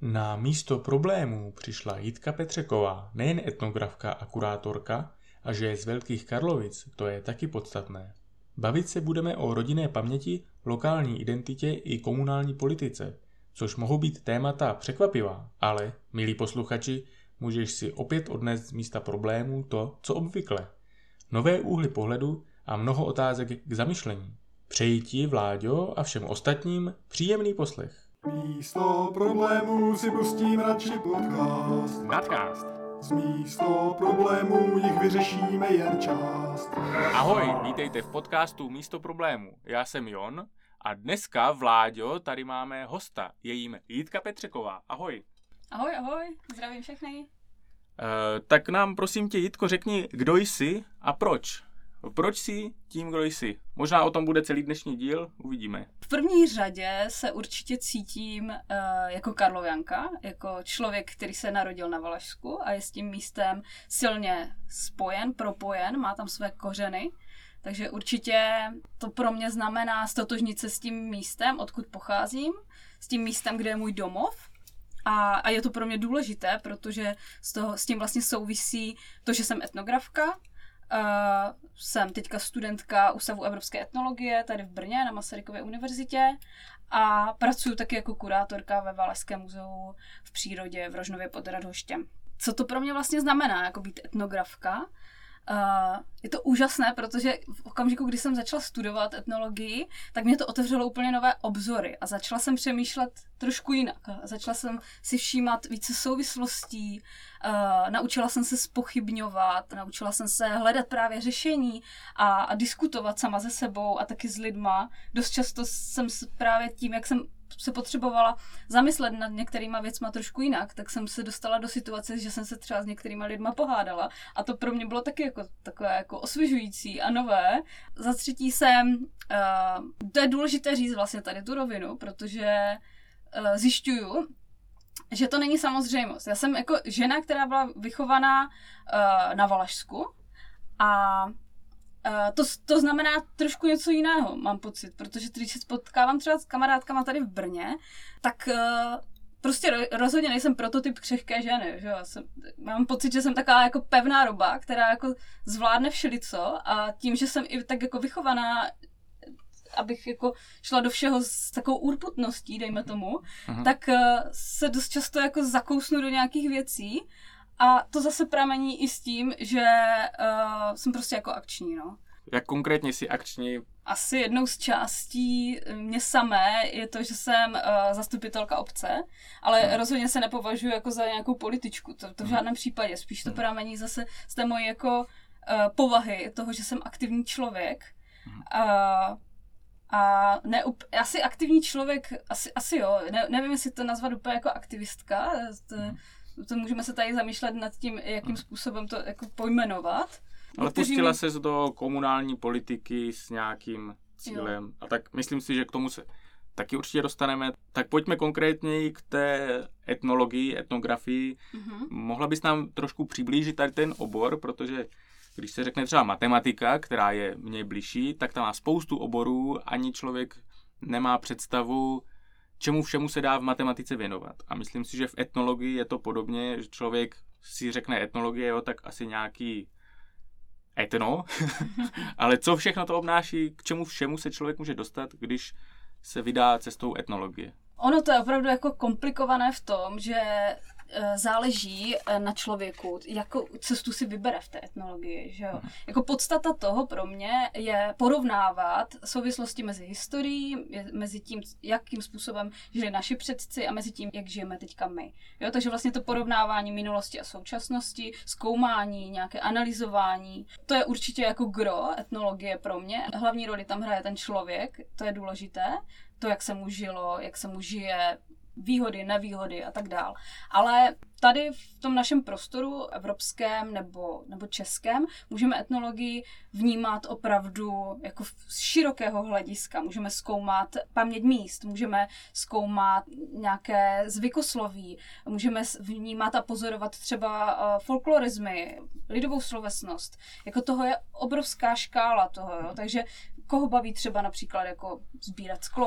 Na místo problémů přišla Jitka Petřeková, nejen etnografka a kurátorka, a že je z Velkých Karlovic, to je taky podstatné. Bavit se budeme o rodinné paměti, lokální identitě i komunální politice, což mohou být témata překvapivá, ale, milí posluchači, můžeš si opět odnést z místa problémů to, co obvykle. Nové úhly pohledu a mnoho otázek k zamyšlení. Přeji ti, Vláďo, a všem ostatním příjemný poslech. Místo problémů si pustím radši podcast. Nadcast. Z místo problémů jich vyřešíme jen část. Ahoj, vítejte v podcastu Místo problémů. Já jsem Jon a dneska, Vláďo, tady máme hosta. Je jím Jitka Petřeková. Ahoj. Ahoj, zdravím všechny. Tak nám prosím tě, Jitko, řekni, kdo jsi a proč? Proč jsi tím, kdo jsi? Možná o tom bude celý dnešní díl, uvidíme. V první řadě se určitě cítím jako Karlovianka, jako člověk, který se narodil na Valašsku a je s tím místem silně spojen, propojen, má tam své kořeny. Takže určitě to pro mě znamená stotožnit se s tím místem, odkud pocházím, s tím místem, kde je můj domov. A je to pro mě důležité, protože s tím vlastně souvisí to, že jsem etnografka. Jsem teďka studentka Ústavu evropské etnologie tady v Brně na Masarykově univerzitě a pracuji taky jako kurátorka ve Valašském muzeu v přírodě v Rožnově pod Radhoštěm. Co to pro mě vlastně znamená, jako být etnografka? Je to úžasné, protože v okamžiku, kdy jsem začala studovat etnologii, tak mě to otevřelo úplně nové obzory a začala jsem přemýšlet trošku jinak. Začala jsem si všímat více souvislostí, naučila jsem se zpochybňovat, naučila jsem se hledat právě řešení a diskutovat sama se sebou a taky s lidma. Dost často jsem právě tím, jak jsem se potřebovala zamyslet nad některýma věcma trošku jinak, tak jsem se dostala do situace, že jsem se třeba s některýma lidma pohádala a to pro mě bylo taky jako takové jako osvěžující a nové. Za třetí to je důležité říct vlastně tady tu rovinu, protože zjišťuju, že to není samozřejmost. Já jsem jako žena, která byla vychovaná na Valašsku a to znamená trošku něco jiného, mám pocit, protože když se potkávám třeba s kamarádkama tady v Brně, tak prostě rozhodně nejsem prototyp křehké ženy, že? Mám pocit, že jsem taková jako pevná roba, která jako zvládne všelico a tím, že jsem i tak jako vychovaná, abych jako šla do všeho s takovou urputností, dejme tomu, tak se dost často jako zakousnu do nějakých věcí. A to zase pramení i s tím, že jsem prostě jako akční, no. Jak konkrétně jsi akční? Asi jednou z částí mě samé je to, že jsem zastupitelka obce, ale rozhodně se nepovažuji jako za nějakou političku, to v žádném případě. Spíš to pramení zase z té mojí jako povahy, toho, že jsem aktivní člověk. A ne, asi aktivní člověk, asi jo, nevím, jestli to nazvat úplně jako aktivistka, to můžeme se tady zamýšlet nad tím, jakým způsobem to jako pojmenovat. Ale pustila ses do komunální politiky s nějakým cílem. Jo. A tak myslím si, že k tomu se taky určitě dostaneme. Tak pojďme konkrétně k té etnologii, etnografii. Mohla bys nám trošku přiblížit tady ten obor, protože když se řekne třeba matematika, která je mně bližší, tak tam má spoustu oborů, ani člověk nemá představu, čemu všemu se dá v matematice věnovat. A myslím si, že v etnologii je to podobně, že člověk si řekne etnologie, jo, tak asi nějaký etno, ale co všechno to obnáší, k čemu všemu se člověk může dostat, když se vydá cestou etnologie? Ono to je opravdu jako komplikované v tom, že záleží na člověku, jakou cestu si vybere v té etnologii. Že jo? Jako podstata toho pro mě je porovnávat souvislosti mezi historií, mezi tím, jakým způsobem žili naši předci a mezi tím, jak žijeme teďka my. Jo? Takže vlastně to porovnávání minulosti a současnosti, zkoumání, nějaké analyzování, to je určitě jako gro etnologie pro mě. Hlavní roli tam hraje ten člověk, to je důležité, to, jak se mu žilo, jak se mu žije, výhody, nevýhody a tak dál. Ale tady v tom našem prostoru evropském nebo českém můžeme etnologii vnímat opravdu jako z širokého hlediska. Můžeme zkoumat paměť míst, můžeme zkoumat nějaké zvykosloví, můžeme vnímat a pozorovat třeba folklorizmy, lidovou slovesnost. Jako toho je obrovská škála toho, jo? Takže koho baví třeba například jako sbírat sklo,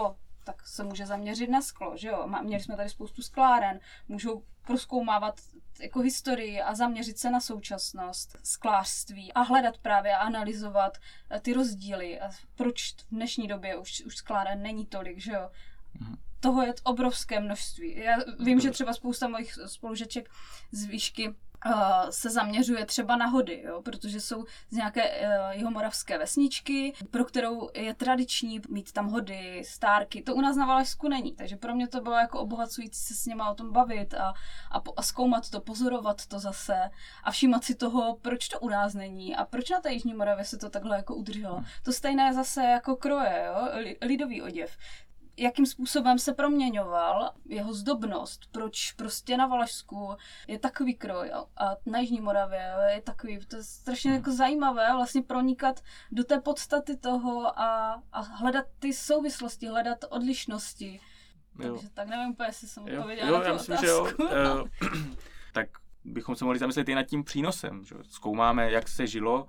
tak se může zaměřit na sklo, že jo? Měli jsme tady spoustu skláren, můžou prozkoumávat jako historii a zaměřit se na současnost, sklářství a hledat právě a analyzovat ty rozdíly a proč v dnešní době už skláren není tolik, že jo? Toho je obrovské množství. Já vím, že třeba spousta mojich spolužeček z výšky se zaměřuje třeba na hody, jo? Protože jsou z nějaké jihomoravské vesničky, pro kterou je tradiční mít tam hody, stárky. To u nás na Valašsku není, takže pro mě to bylo jako obohacující se s nima o tom bavit a zkoumat to, pozorovat to zase a všímat si toho, proč to u nás není a proč na té Jižní Moravě se to takhle jako udrželo. To stejné zase jako kroje, jo? Lidový oděv. Jakým způsobem se proměňoval, jeho zdobnost, proč prostě na Valašsku je takový kroj a na Jižní Moravě je takový, to je strašně jako zajímavé vlastně pronikat do té podstaty toho a hledat ty souvislosti, hledat odlišnosti. Jo. Takže tak nevím úplně, jestli jsem odpověděla na tu myslím, otázku. Že jo. Tak bychom se mohli zamyslet i nad tím přínosem. Že? Zkoumáme, jak se žilo,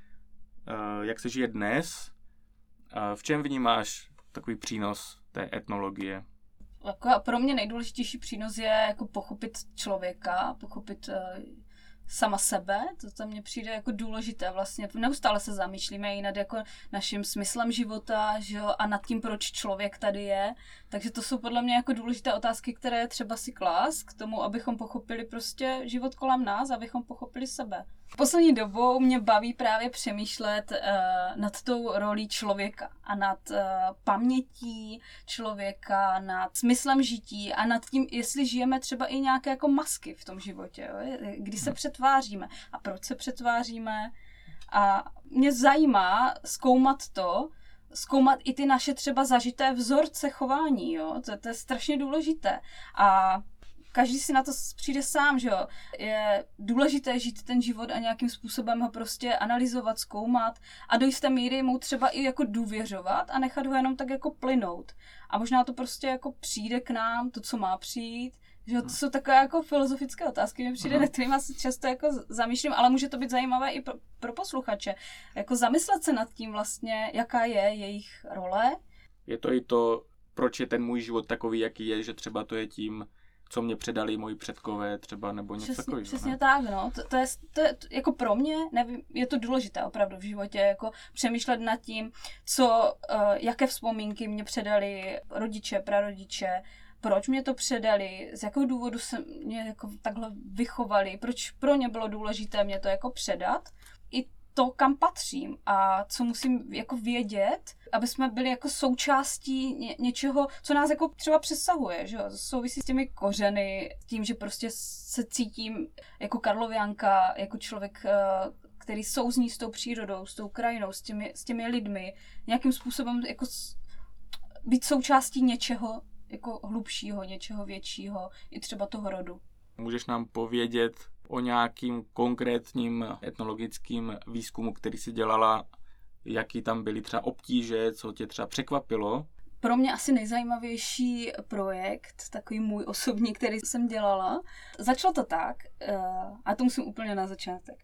jak se žije dnes. V čem vnímáš takový přínos té etnologie? Jako pro mě nejdůležitější přínos je jako pochopit člověka, pochopit sama sebe, to tam mně přijde jako důležité vlastně. Neustále se zamýšlíme i nad jako naším smyslem života, že jo, a nad tím, proč člověk tady je. Takže to jsou podle mě jako důležité otázky, které je třeba si klást k tomu, abychom pochopili prostě život kolem nás, abychom pochopili sebe. Poslední dobou mě baví právě přemýšlet nad tou rolí člověka a nad pamětí člověka, nad smyslem žití a nad tím, jestli žijeme třeba i nějaké jako masky v tom životě, jo? Kdy se přetváříme a proč se přetváříme. A mě zajímá zkoumat i ty naše třeba zažité vzorce chování, jo? To je strašně důležité. A každý si na to přijde sám, že jo. Je důležité žít ten život a nějakým způsobem ho prostě analyzovat, zkoumat a do jisté míry mu třeba i jako důvěřovat a nechat ho jenom tak jako plynout. A možná to prostě jako přijde k nám, to, co má přijít. Že to jsou takové jako filozofické otázky, mi přijde, nad kterými se často jako zamýšlím, ale může to být zajímavé i pro posluchače. Jako zamyslet se nad tím vlastně, jaká je jejich role. Je to i to, proč je ten můj život takový, jaký je, že třeba to je tím, co mě předali moji předkové třeba, nebo něco takového. Přesně tak, no. To je jako pro mě, nevím, je to důležité opravdu v životě, jako přemýšlet nad tím, jaké vzpomínky mě předali rodiče, prarodiče, proč mě to předali, z jakého důvodu se mě jako takhle vychovali, proč pro ně bylo důležité mě to jako předat. I to, kam patřím a co musím jako vědět, aby jsme byli jako součástí něčeho, co nás jako třeba přesahuje, že jo? Souvisí s těmi kořeny, tím, že prostě se cítím jako Karlovianka, jako člověk, který souzní s tou přírodou, s tou krajinou, s těmi lidmi, nějakým způsobem jako být součástí něčeho jako hlubšího, něčeho většího, i třeba toho rodu. Můžeš nám povědět o nějakým konkrétním etnologickým výzkumu, který jsi dělala, jaký tam byly třeba obtíže, co tě třeba překvapilo? Pro mě asi nejzajímavější projekt, takový můj osobní, který jsem dělala, začalo to tak, a to musím úplně na začátek.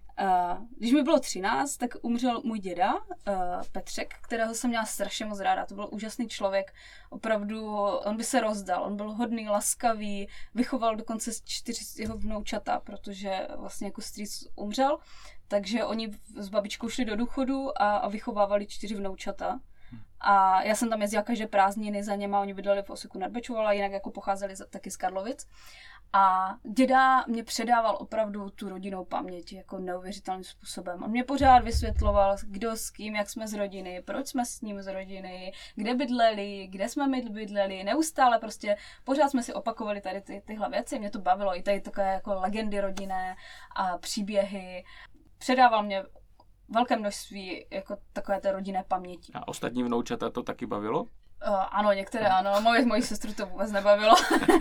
Když mi bylo 13, tak umřel můj děda, Petřek, kterého jsem měla strašně moc ráda. To byl úžasný člověk, opravdu, on by se rozdal, on byl hodný, laskavý, vychoval dokonce 4 jeho vnoučata, protože vlastně jako strýc umřel, takže oni s babičkou šli do důchodu a vychovávali 4 vnoučata. A já jsem tam jezdila každé prázdniny za něma, oni bydleli v Oseku nad Bečvou, ale jinak jako pocházeli taky z Karlovic. A děda mě předával opravdu tu rodinnou paměť jako neuvěřitelným způsobem. On mě pořád vysvětloval, kdo s kým, jak jsme z rodiny, proč jsme s ním z rodiny, kde bydleli, kde jsme my bydleli, neustále prostě pořád jsme si opakovali tady tyhle věci, mě to bavilo, i tady takové jako legendy rodinné a příběhy. Předával mě velké množství jako takové té rodinné paměti. A ostatní vnoučata to taky bavilo? Ano, některé ano, moji sestru to vůbec nebavilo.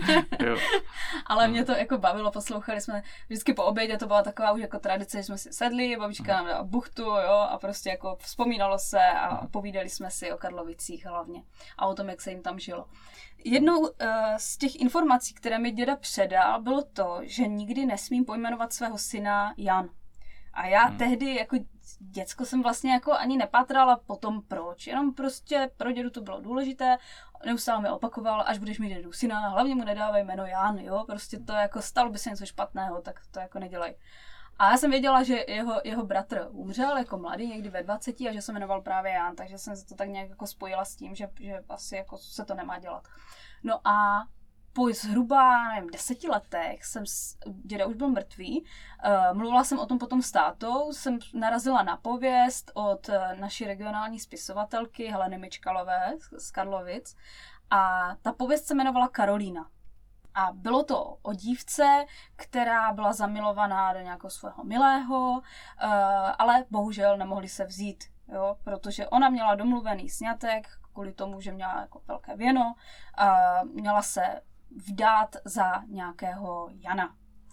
Ale mě to jako bavilo, poslouchali jsme vždycky po obědě, to byla taková už jako tradice, že jsme si sedli, babička nám dala buchtu, jo, a prostě jako vzpomínalo se a povídali jsme si o Karlovicích hlavně a o tom, jak se jim tam žilo. Jednou z těch informací, které mi děda předal, bylo to, že nikdy nesmím pojmenovat svého syna Jan. A já tehdy jako děcko jsem vlastně jako ani nepátrala po tom proč, jenom prostě pro dědu to bylo důležité, neustále mi opakoval, až budeš mít dědu syna, hlavně mu nedávej jméno Jan, jo, prostě to jako stalo by se něco špatného, tak to jako nedělej. A já jsem věděla, že jeho bratr umřel jako mladý, někdy ve 20 a že se jmenoval právě Jan, takže jsem se to tak nějak jako spojila s tím, že asi jako se to nemá dělat. No a po zhruba, nevím, 10 letech děda už byl mrtvý, mluvila jsem o tom potom s tátou, jsem narazila na pověst od naší regionální spisovatelky Heleny Mičkalové z Karlovic a ta pověst se jmenovala Karolína. A bylo to o dívce, která byla zamilovaná do nějakého svého milého, ale bohužel nemohli se vzít, jo, protože ona měla domluvený sňatek kvůli tomu, že měla jako velké věno, měla se vdát za nějakého Jana.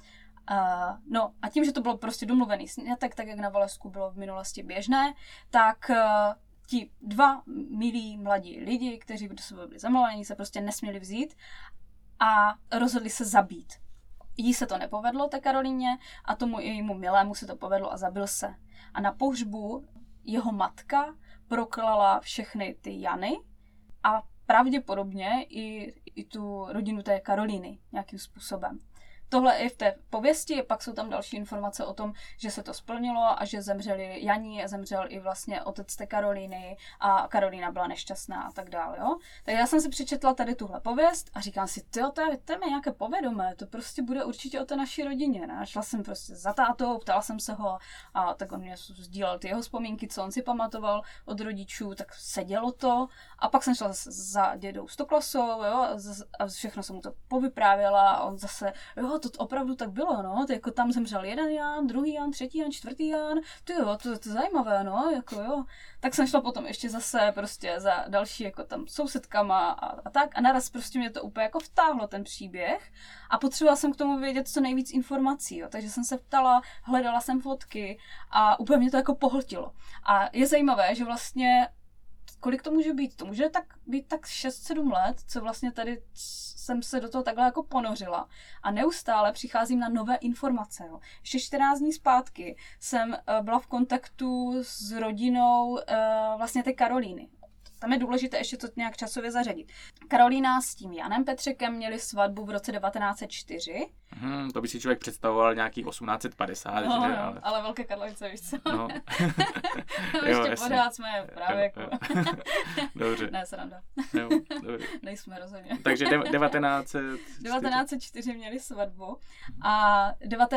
No a tím, že to bylo prostě domluvený sňatek, tak jak na Valašsku bylo v minulosti běžné, tak ti dva milí mladí lidi, kteří do sebe byli zamilovaní, se prostě nesměli vzít a rozhodli se zabít. Jí se to nepovedlo, té Karolíně, a tomu jejímu milému se to povedlo a zabil se. A na pohřbu jeho matka proklala všechny ty Jany a pravděpodobně i tu rodinu té Karolíny nějakým způsobem. Tohle je v té pověsti, pak jsou tam další informace o tom, že se to splnilo a že zemřeli Janí, zemřel i vlastně otec té Karolíny a Karolína byla nešťastná a tak dále, jo. Tak já jsem si přečetla tady tuhle pověst a říkám si, tyjo, to je nějaké povědomé, to prostě bude určitě o té naší rodině, ne? Šla jsem prostě za tátou, ptala jsem se ho a tak on mě sdílel ty jeho vzpomínky, co on si pamatoval od rodičů, tak sedělo to a pak jsem šla za dědou Stoklasou, jo, a všechno jsem mu to povyprávěla a on zase, jo, to opravdu tak bylo, no, jako tam zemřel jeden Jan, druhý Jan, třetí Jan, čtvrtý Jan, tyjo, to je zajímavé, no, jako jo. Tak jsem šla potom ještě zase prostě za další jako tam sousedkama a tak a naraz prostě mě to úplně jako vtáhlo ten příběh a potřebovala jsem k tomu vědět co nejvíc informací, jo, takže jsem se ptala, hledala jsem fotky a úplně mě to jako pohltilo. A je zajímavé, že vlastně kolik to může být? To může být tak 6-7 let, co vlastně tady jsem se do toho takhle jako ponořila. A neustále přicházím na nové informace. Jo. Ještě 14 dní zpátky jsem byla v kontaktu s rodinou vlastně té Karolíny. Tam je důležité ještě to nějak časově zařadit. Karolína s tím Janem Petřekem měli svatbu v roce 1904. To by si člověk představoval nějakých 1850. No, že? Ale Velké Karlovice, víš co? No. Ještě pořád jsme právě jako... Dobře. Ne, sranda. Jo, dobře. Nejsme rozhodně. Takže 1904 měli svatbu a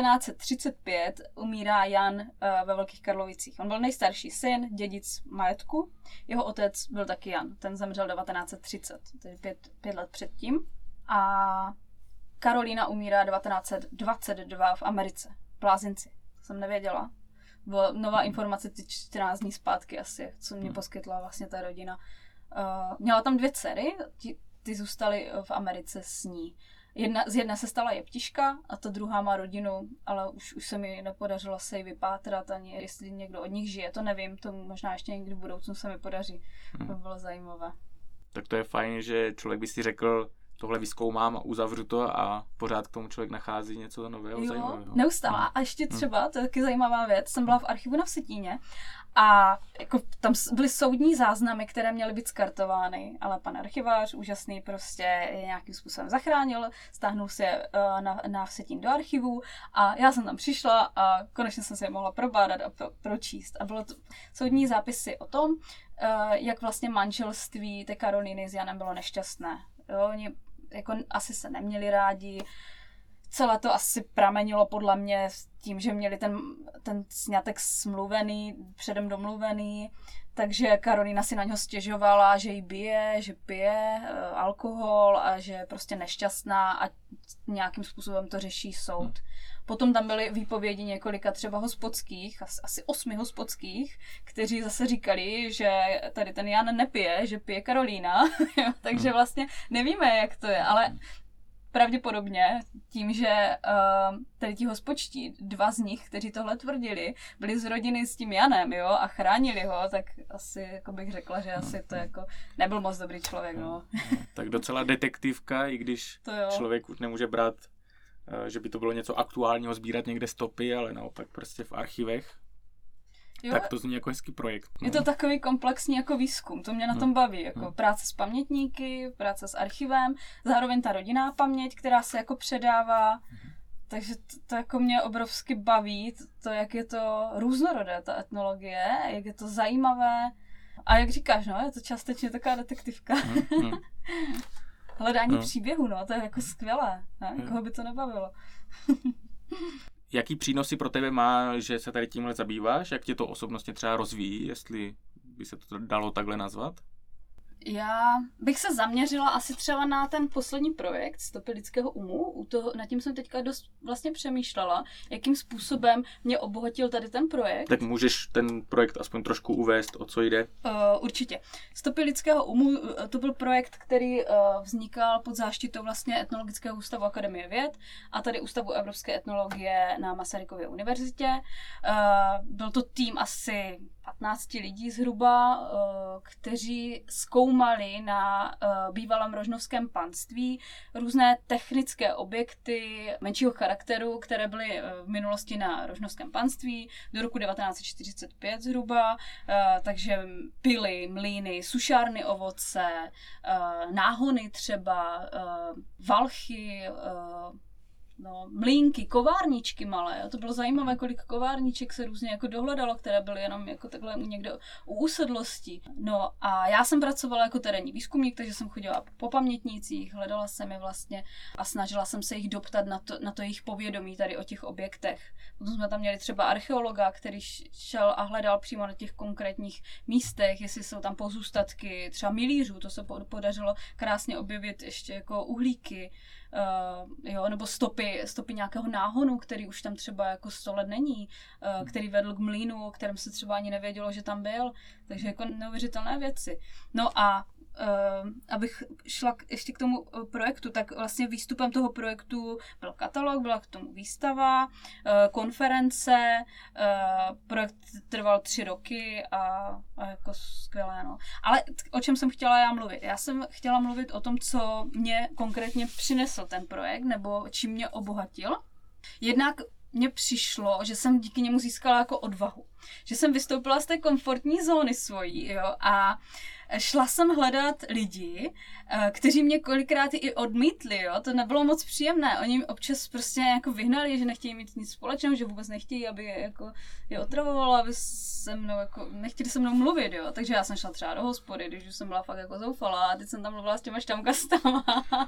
1935 umírá Jan ve Velkých Karlovicích. On byl nejstarší syn, dědic majetku. Jeho otec byl taky Jan. Ten zemřel 1930, tedy 5 let předtím. A Karolína umírá 1922 v Americe. V Blázinci. To jsem nevěděla. Byla nová informace ty 14 dní zpátky asi, co mě poskytla vlastně ta rodina. Měla tam 2 dcery, ty zůstaly v Americe s ní. Z jedné se stala jeptiška a ta druhá má rodinu, ale už se mi nepodařilo se ji vypátrat, ani jestli někdo od nich žije, to nevím, to možná ještě někdy v budoucnu se mi podaří. To by bylo zajímavé. Tak to je fajn, že člověk by si řekl, tohle vyzkoumám a uzavřu to a pořád k tomu člověk nachází něco nového, zajímavého. Neustále. A ještě třeba, to je taky zajímavá věc, jsem byla v archivu na Vsetíně a jako tam byly soudní záznamy, které měly být skartovány, ale pan archivář, úžasný, prostě je nějakým způsobem zachránil, stáhnul si je na Vsetín do archivu a já jsem tam přišla a konečně jsem si je mohla probádat a pročíst. A bylo to soudní zápisy o tom, jak vlastně manželství té Karolíny s Janem bylo nešťastné. Jo, oni jako asi se neměli rádi, celé to asi pramenilo podle mě tím, že měli ten sňatek smluvený, předem domluvený, takže Karolína si na něho stěžovala, že jí bije, že pije alkohol a že je prostě nešťastná a nějakým způsobem to řeší soud. Potom tam byly výpovědi několika třeba hospodských, asi 8 hospodských, kteří zase říkali, že tady ten Jan nepije, že pije Karolína, takže vlastně nevíme, jak to je, ale pravděpodobně tím, že tady ti hospodští, 2 z nich, kteří tohle tvrdili, byli z rodiny s tím Janem, jo, a chránili ho, tak asi jako bych řekla, že asi to jako nebyl moc dobrý člověk, no. Tak docela detektivka, i když člověk už nemůže brát, že by to bylo něco aktuálního, sbírat někde stopy, ale naopak prostě v archivech. Jo? Tak to zní jako hezký projekt. Je to takový komplexní jako výzkum, to mě na tom baví, jako práce s pamětníky, práce s archivem, zároveň ta rodinná paměť, která se jako předává, takže to jako mě obrovsky baví, to, jak je to různorodé, ta etnologie, jak je to zajímavé a jak říkáš, no, je to částečně taková detektivka. Hledání příběhu, no, to je jako skvělé, ne? Koho by to nebavilo. Jaký přínosy pro tebe má, že se tady tímhle zabýváš? Jak tě to osobnostně třeba rozvíjí, jestli by se to dalo takhle nazvat? Já bych se zaměřila asi třeba na ten poslední projekt Stopy lidského umu. Nad tím jsem teďka dost vlastně přemýšlela, jakým způsobem mě obohatil tady ten projekt. Tak můžeš ten projekt aspoň trošku uvést, o co jde? Určitě. Stopy lidského umu, to byl projekt, který vznikal pod záštitou vlastně Etnologického ústavu Akademie věd a tady Ústavu evropské etnologie na Masarykově univerzitě. Byl to tým asi 15 lidí zhruba, kteří zkoumali na bývalém rožnovském panství různé technické objekty menšího charakteru, které byly v minulosti na rožnovském panství do roku 1945 zhruba, takže pily, mlýny, sušárny ovoce, náhony třeba, valchy, mlýnky, kovárničky malé. To bylo zajímavé, kolik kovárniček se různě jako dohledalo, které byly jenom jako takhle někde u usedlosti. No a já jsem pracovala jako terénní výzkumník, takže jsem chodila po pamětnících, hledala jsem je vlastně a snažila jsem se jich doptat na to jejich povědomí tady o těch objektech. Potom jsme tam měli třeba archeologa, který šel a hledal přímo na těch konkrétních místech, jestli jsou tam pozůstatky třeba milířů, to se podařilo krásně objevit ještě jako uhlíky, nebo stopy nějakého náhonu, který už tam třeba jako 100 let není, který vedl k mlýnu, o kterém se třeba ani nevědělo, že tam byl, takže jako neuvěřitelné věci. No a abych šla ještě k tomu projektu, tak vlastně výstupem toho projektu byl katalog, byla k tomu výstava, konference, projekt trval 3 roky a jako skvělé, no. Ale o čem jsem chtěla já mluvit? Já jsem chtěla mluvit o tom, co mě konkrétně přinesl ten projekt, nebo čím mě obohatil. Jednak mně přišlo, že jsem díky němu získala jako odvahu. Že jsem vystoupila z té komfortní zóny svojí, jo, a šla jsem hledat lidi, kteří mě kolikrát i odmítli, jo, to nebylo moc příjemné. Oni občas prostě jako vyhnali, že nechtějí mít nic společného, že vůbec nechtějí, aby jako je otravovalo, aby se mnou jako nechtěli se mnou mluvit, jo. Takže já jsem šla třeba do hospody, když už jsem byla fakt jako zoufalá a teď jsem tam mluvila s těma štamgastama.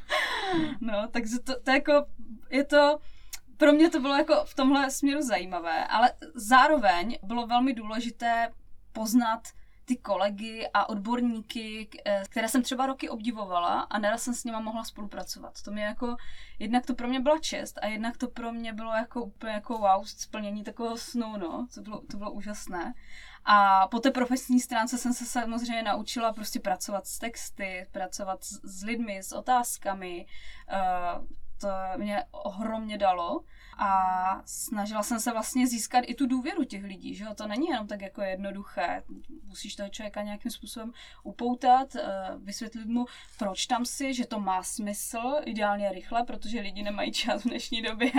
No, takže to jako, je to, pro mě to bylo jako v tomhle směru zajímavé, ale zároveň bylo velmi důležité poznat ty kolegy a odborníky, které jsem třeba roky obdivovala a nerad jsem s nima mohla spolupracovat. To mě jako, jednak to pro mě byla čest a jednak to pro mě bylo jako úplně jako wow, splnění takového snu, no. To bylo úžasné. A po té profesní stránce jsem se samozřejmě naučila prostě pracovat s texty, pracovat s lidmi, s otázkami. To mě ohromně dalo a snažila jsem se vlastně získat i tu důvěru těch lidí, že jo, to není jenom tak jako jednoduché, musíš toho člověka nějakým způsobem upoutat, vysvětlit mu, proč tam jsi, že to má smysl, ideálně rychle, protože lidi nemají čas v dnešní době,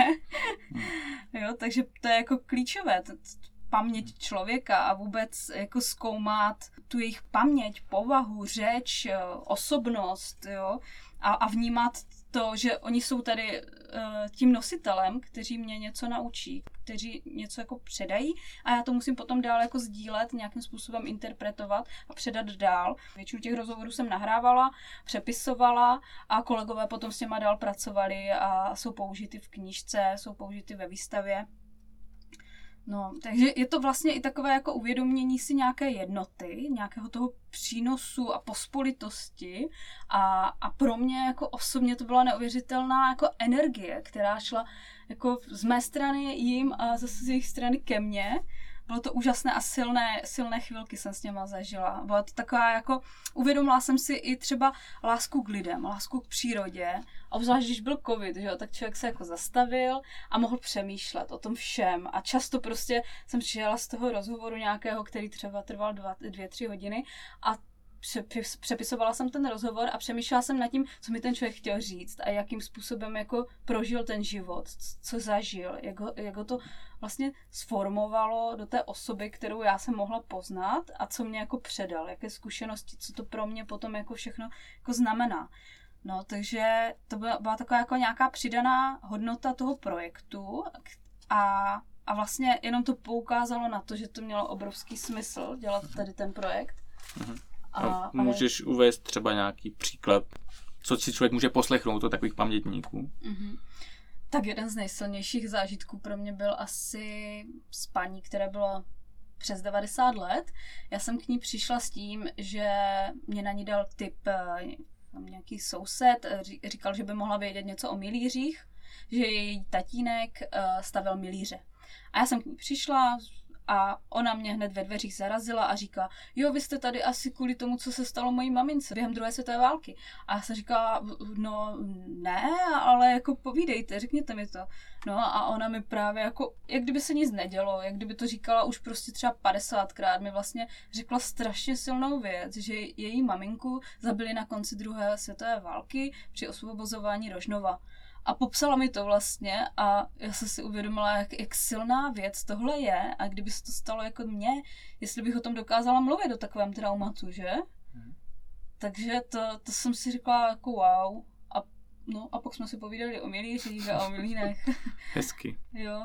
jo, takže to je jako klíčové, paměť člověka a vůbec jako zkoumat tu jejich paměť, povahu, řeč, osobnost, jo, a vnímat to, že oni jsou tady tím nositelem, kteří mě něco naučí, kteří něco jako předají a já to musím potom dál jako sdílet, nějakým způsobem interpretovat a předat dál. Většinu těch rozhovorů jsem nahrávala, přepisovala a kolegové potom s těma dál pracovali a jsou použity v knížce, jsou použity ve výstavě. No, takže je to vlastně i takové jako uvědomění si nějaké jednoty, nějakého toho přínosu a pospolitosti a pro mě jako osobně to byla neuvěřitelná jako energie, která šla jako z mé strany jim a zase z jejich strany ke mně. Bylo to úžasné a silné chvilky jsem s něma zažila. Byla to taková jako, uvědomila jsem si i třeba lásku k lidem, lásku k přírodě. A obzvlášť, když byl covid, že jo, tak člověk se jako zastavil a mohl přemýšlet o tom všem. A často prostě jsem přijela z toho rozhovoru nějakého, který třeba trval 2-3 hodiny a přepisovala jsem ten rozhovor a přemýšlela jsem nad tím, co mi ten člověk chtěl říct a jakým způsobem jako prožil ten život, co zažil, jak ho to vlastně sformovalo do té osoby, kterou já jsem mohla poznat a co mě jako předal, jaké zkušenosti, co to pro mě potom jako všechno jako znamená. No, takže to byla taková jako nějaká přidaná hodnota toho projektu a vlastně jenom to poukázalo na to, že to mělo obrovský smysl dělat tady ten projekt. A můžeš uvést třeba nějaký příklad, co si člověk může poslechnout od takových pamětníků? Tak jeden z nejsilnějších zážitků pro mě byl asi s paní, která byla přes 90 let. Já jsem k ní přišla s tím, že mě na ní dal tip nějaký soused, říkal, že by mohla vědět něco o milířích, že její tatínek stavěl milíře. A já jsem k ní přišla a ona mě hned ve dveřích zarazila a říká, jo, vy jste tady asi kvůli tomu, co se stalo mojí mamince během druhé světové války. A já jsem říkala, no ne, ale jako povídejte, řekněte mi to. No a ona mi právě jako, jak kdyby se nic nedělo, jak kdyby to říkala už prostě třeba 50krát, mi vlastně řekla strašně silnou věc, že její maminku zabili na konci druhé světové války při osvobozování Rožnova. A popsala mi to vlastně a já jsem si uvědomila, jak silná věc tohle je a kdyby se to stalo jako mně, jestli bych o tom dokázala mluvit o takovém traumatu, že? Takže to jsem si řekla jako wow. A pak jsme si povídali o milířích a o milínech. Hezky. Jo.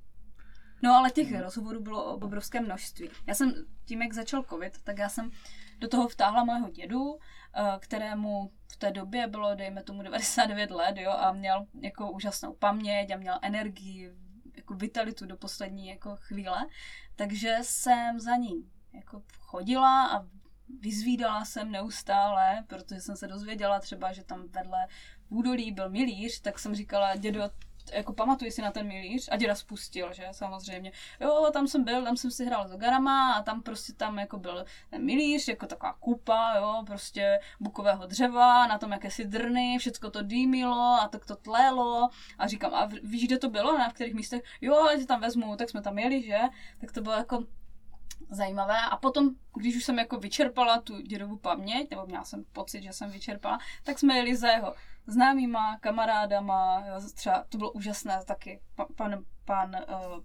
No ale těch rozhovorů bylo obrovské množství. Já jsem tím, jak začal covid, tak já jsem do toho vtáhla mého dědu, kterému v té době bylo, dejme tomu, 99 let, jo, a měl jako úžasnou paměť a měl energii, jako vitalitu do poslední jako chvíle. Takže jsem za ním jako chodila a vyzvídala jsem neustále, protože jsem se dozvěděla třeba, že tam vedle v údolí byl milíř, tak jsem říkala, dědo, jako pamatuji si na ten milíř a děda spustil, že, samozřejmě. Jo, tam jsem byl, tam jsem si hrál s ogarama a tam prostě tam jako byl ten milíř, jako taková kupa, jo, prostě bukového dřeva, na tom jakési drny, všecko to dýmilo a tak to tlélo a říkám, a víš, kde to bylo, na kterých místech? Jo, já tě tam vezmu, tak jsme tam jeli, že, tak to bylo jako zajímavé a potom, když už jsem jako vyčerpala tu dědovu paměť, nebo měla jsem pocit, že jsem vyčerpala, tak jsme jeli za jeho známýma, kamarádama, jo, třeba to bylo úžasné taky, pan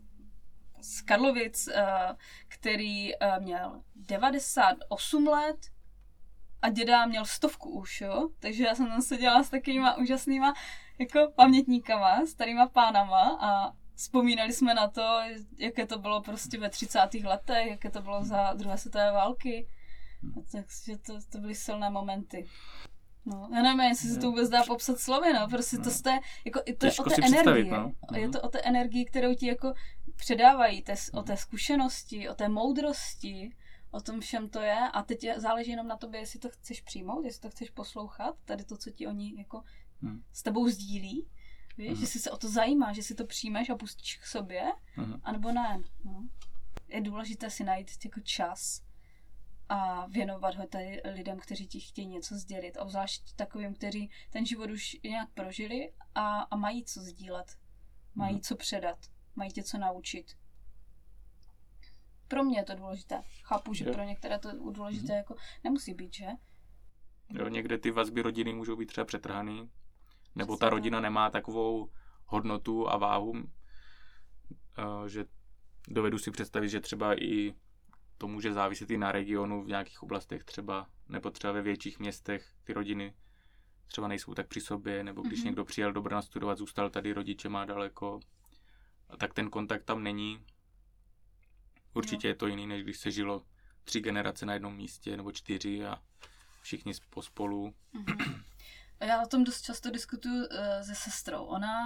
z Karlovic, který měl 98 let a děda měl 100 už, jo, takže já jsem tam seděla s takovýma úžasnýma jako pamětníkama, starýma pánama a vzpomínali jsme na to, jaké to bylo prostě ve 30. letech, jaké to bylo za druhé světové války. Takže to byly silné momenty. No, já nevím, jestli se to vůbec dá popsat slovy, no, prostě to jste, jako, to je o té energii, no. Je to o té energii, kterou ti jako předávají, o té zkušenosti, o té moudrosti, o tom všem to je a teď záleží jenom na tobě, jestli to chceš přijmout, jestli to chceš poslouchat, tady to, co ti oni jako s tebou sdílí, víš, že si se o to zajímá, že si to přijmeš a pustíš k sobě, anebo ne, no. Je důležité si najít jako čas a věnovat ho tady lidem, kteří ti chtějí něco sdělit. A obzvlášť takovým, kteří ten život už nějak prožili a mají co sdílet. Mají co předat. Mají tě co naučit. Pro mě je to důležité. Chápu, že pro některé to důležité jako nemusí být, že? Jo, někde ty vazby rodiny můžou být třeba přetrhaný. Nebo ta rodina nemá takovou hodnotu a váhu, že dovedu si představit, že třeba i to může záviset i na regionu v nějakých oblastech třeba, nebo třeba ve větších městech ty rodiny třeba nejsou tak při sobě, nebo když někdo přijel do Brna studovat, zůstal tady, rodiče má daleko, tak ten kontakt tam není. Určitě je to jiný, než když se žilo 3 generace na jednom místě, nebo 4 a všichni pospolu. Já o tom dost často diskutuju se sestrou.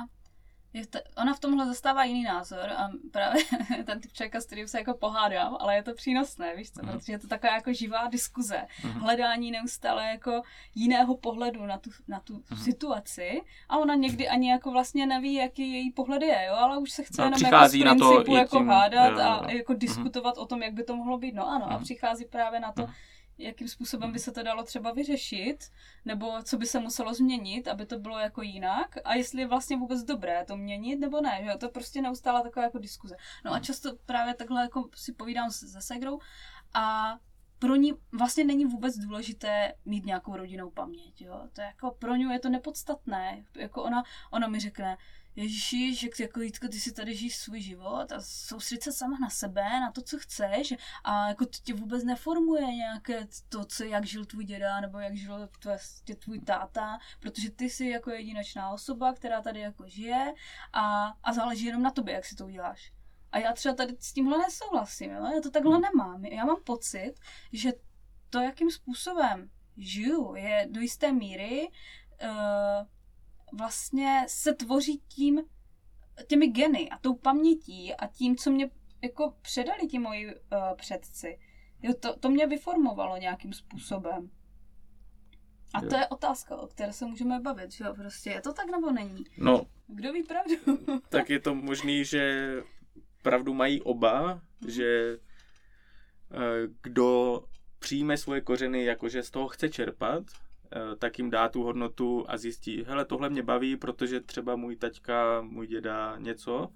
Ona v tomhle zastává jiný názor a právě ten typ člověka, s kterým se jako pohádám, ale je to přínosné, víš co, protože je to taková jako živá diskuze, hledání neustále jako jiného pohledu na tu situaci a ona někdy ani jako vlastně neví, jaký její pohled je, jo, ale už se chce jenom jako z principu jako hádat a jako diskutovat o tom, jak by to mohlo být, no ano, a přichází právě na to, jakým způsobem by se to dalo třeba vyřešit, nebo co by se muselo změnit, aby to bylo jako jinak a jestli je vlastně vůbec dobré to měnit, nebo ne, že to je prostě neustále taková jako diskuze. No a často právě takhle jako si povídám se segrou a pro ní vlastně není vůbec důležité mít nějakou rodinnou paměť, jo. To je jako, pro ní je to nepodstatné. Jako ona mi řekne, Ježíši, že jako Jítko, ty si tady žiješ svůj život a soustřed se sama na sebe, na to, co chceš a jako to tě vůbec neformuje nějaké to, jak žil tvůj děda nebo jak žil tvůj táta, protože ty jsi jako jedinečná osoba, která tady jako žije a záleží jenom na tobě, jak si to uděláš. A já třeba tady s tímhle nesouhlasím, jo? Já to takhle nemám. Já mám pocit, že to, jakým způsobem žiju, je do jisté míry vlastně se tvoří těmi geny a tou pamětí a tím, co mě jako předali ti moji předci. Jo, to mě vyformovalo nějakým způsobem. A to je otázka, o které se můžeme bavit, že jo, prostě je to tak nebo není? No. Kdo ví pravdu? Tak je to možný, že pravdu mají oba, že kdo přijme svoje kořeny, jakože z toho chce čerpat, tak jim dá tu hodnotu a zjistí, hele, tohle mě baví, protože třeba můj taťka, můj děda něco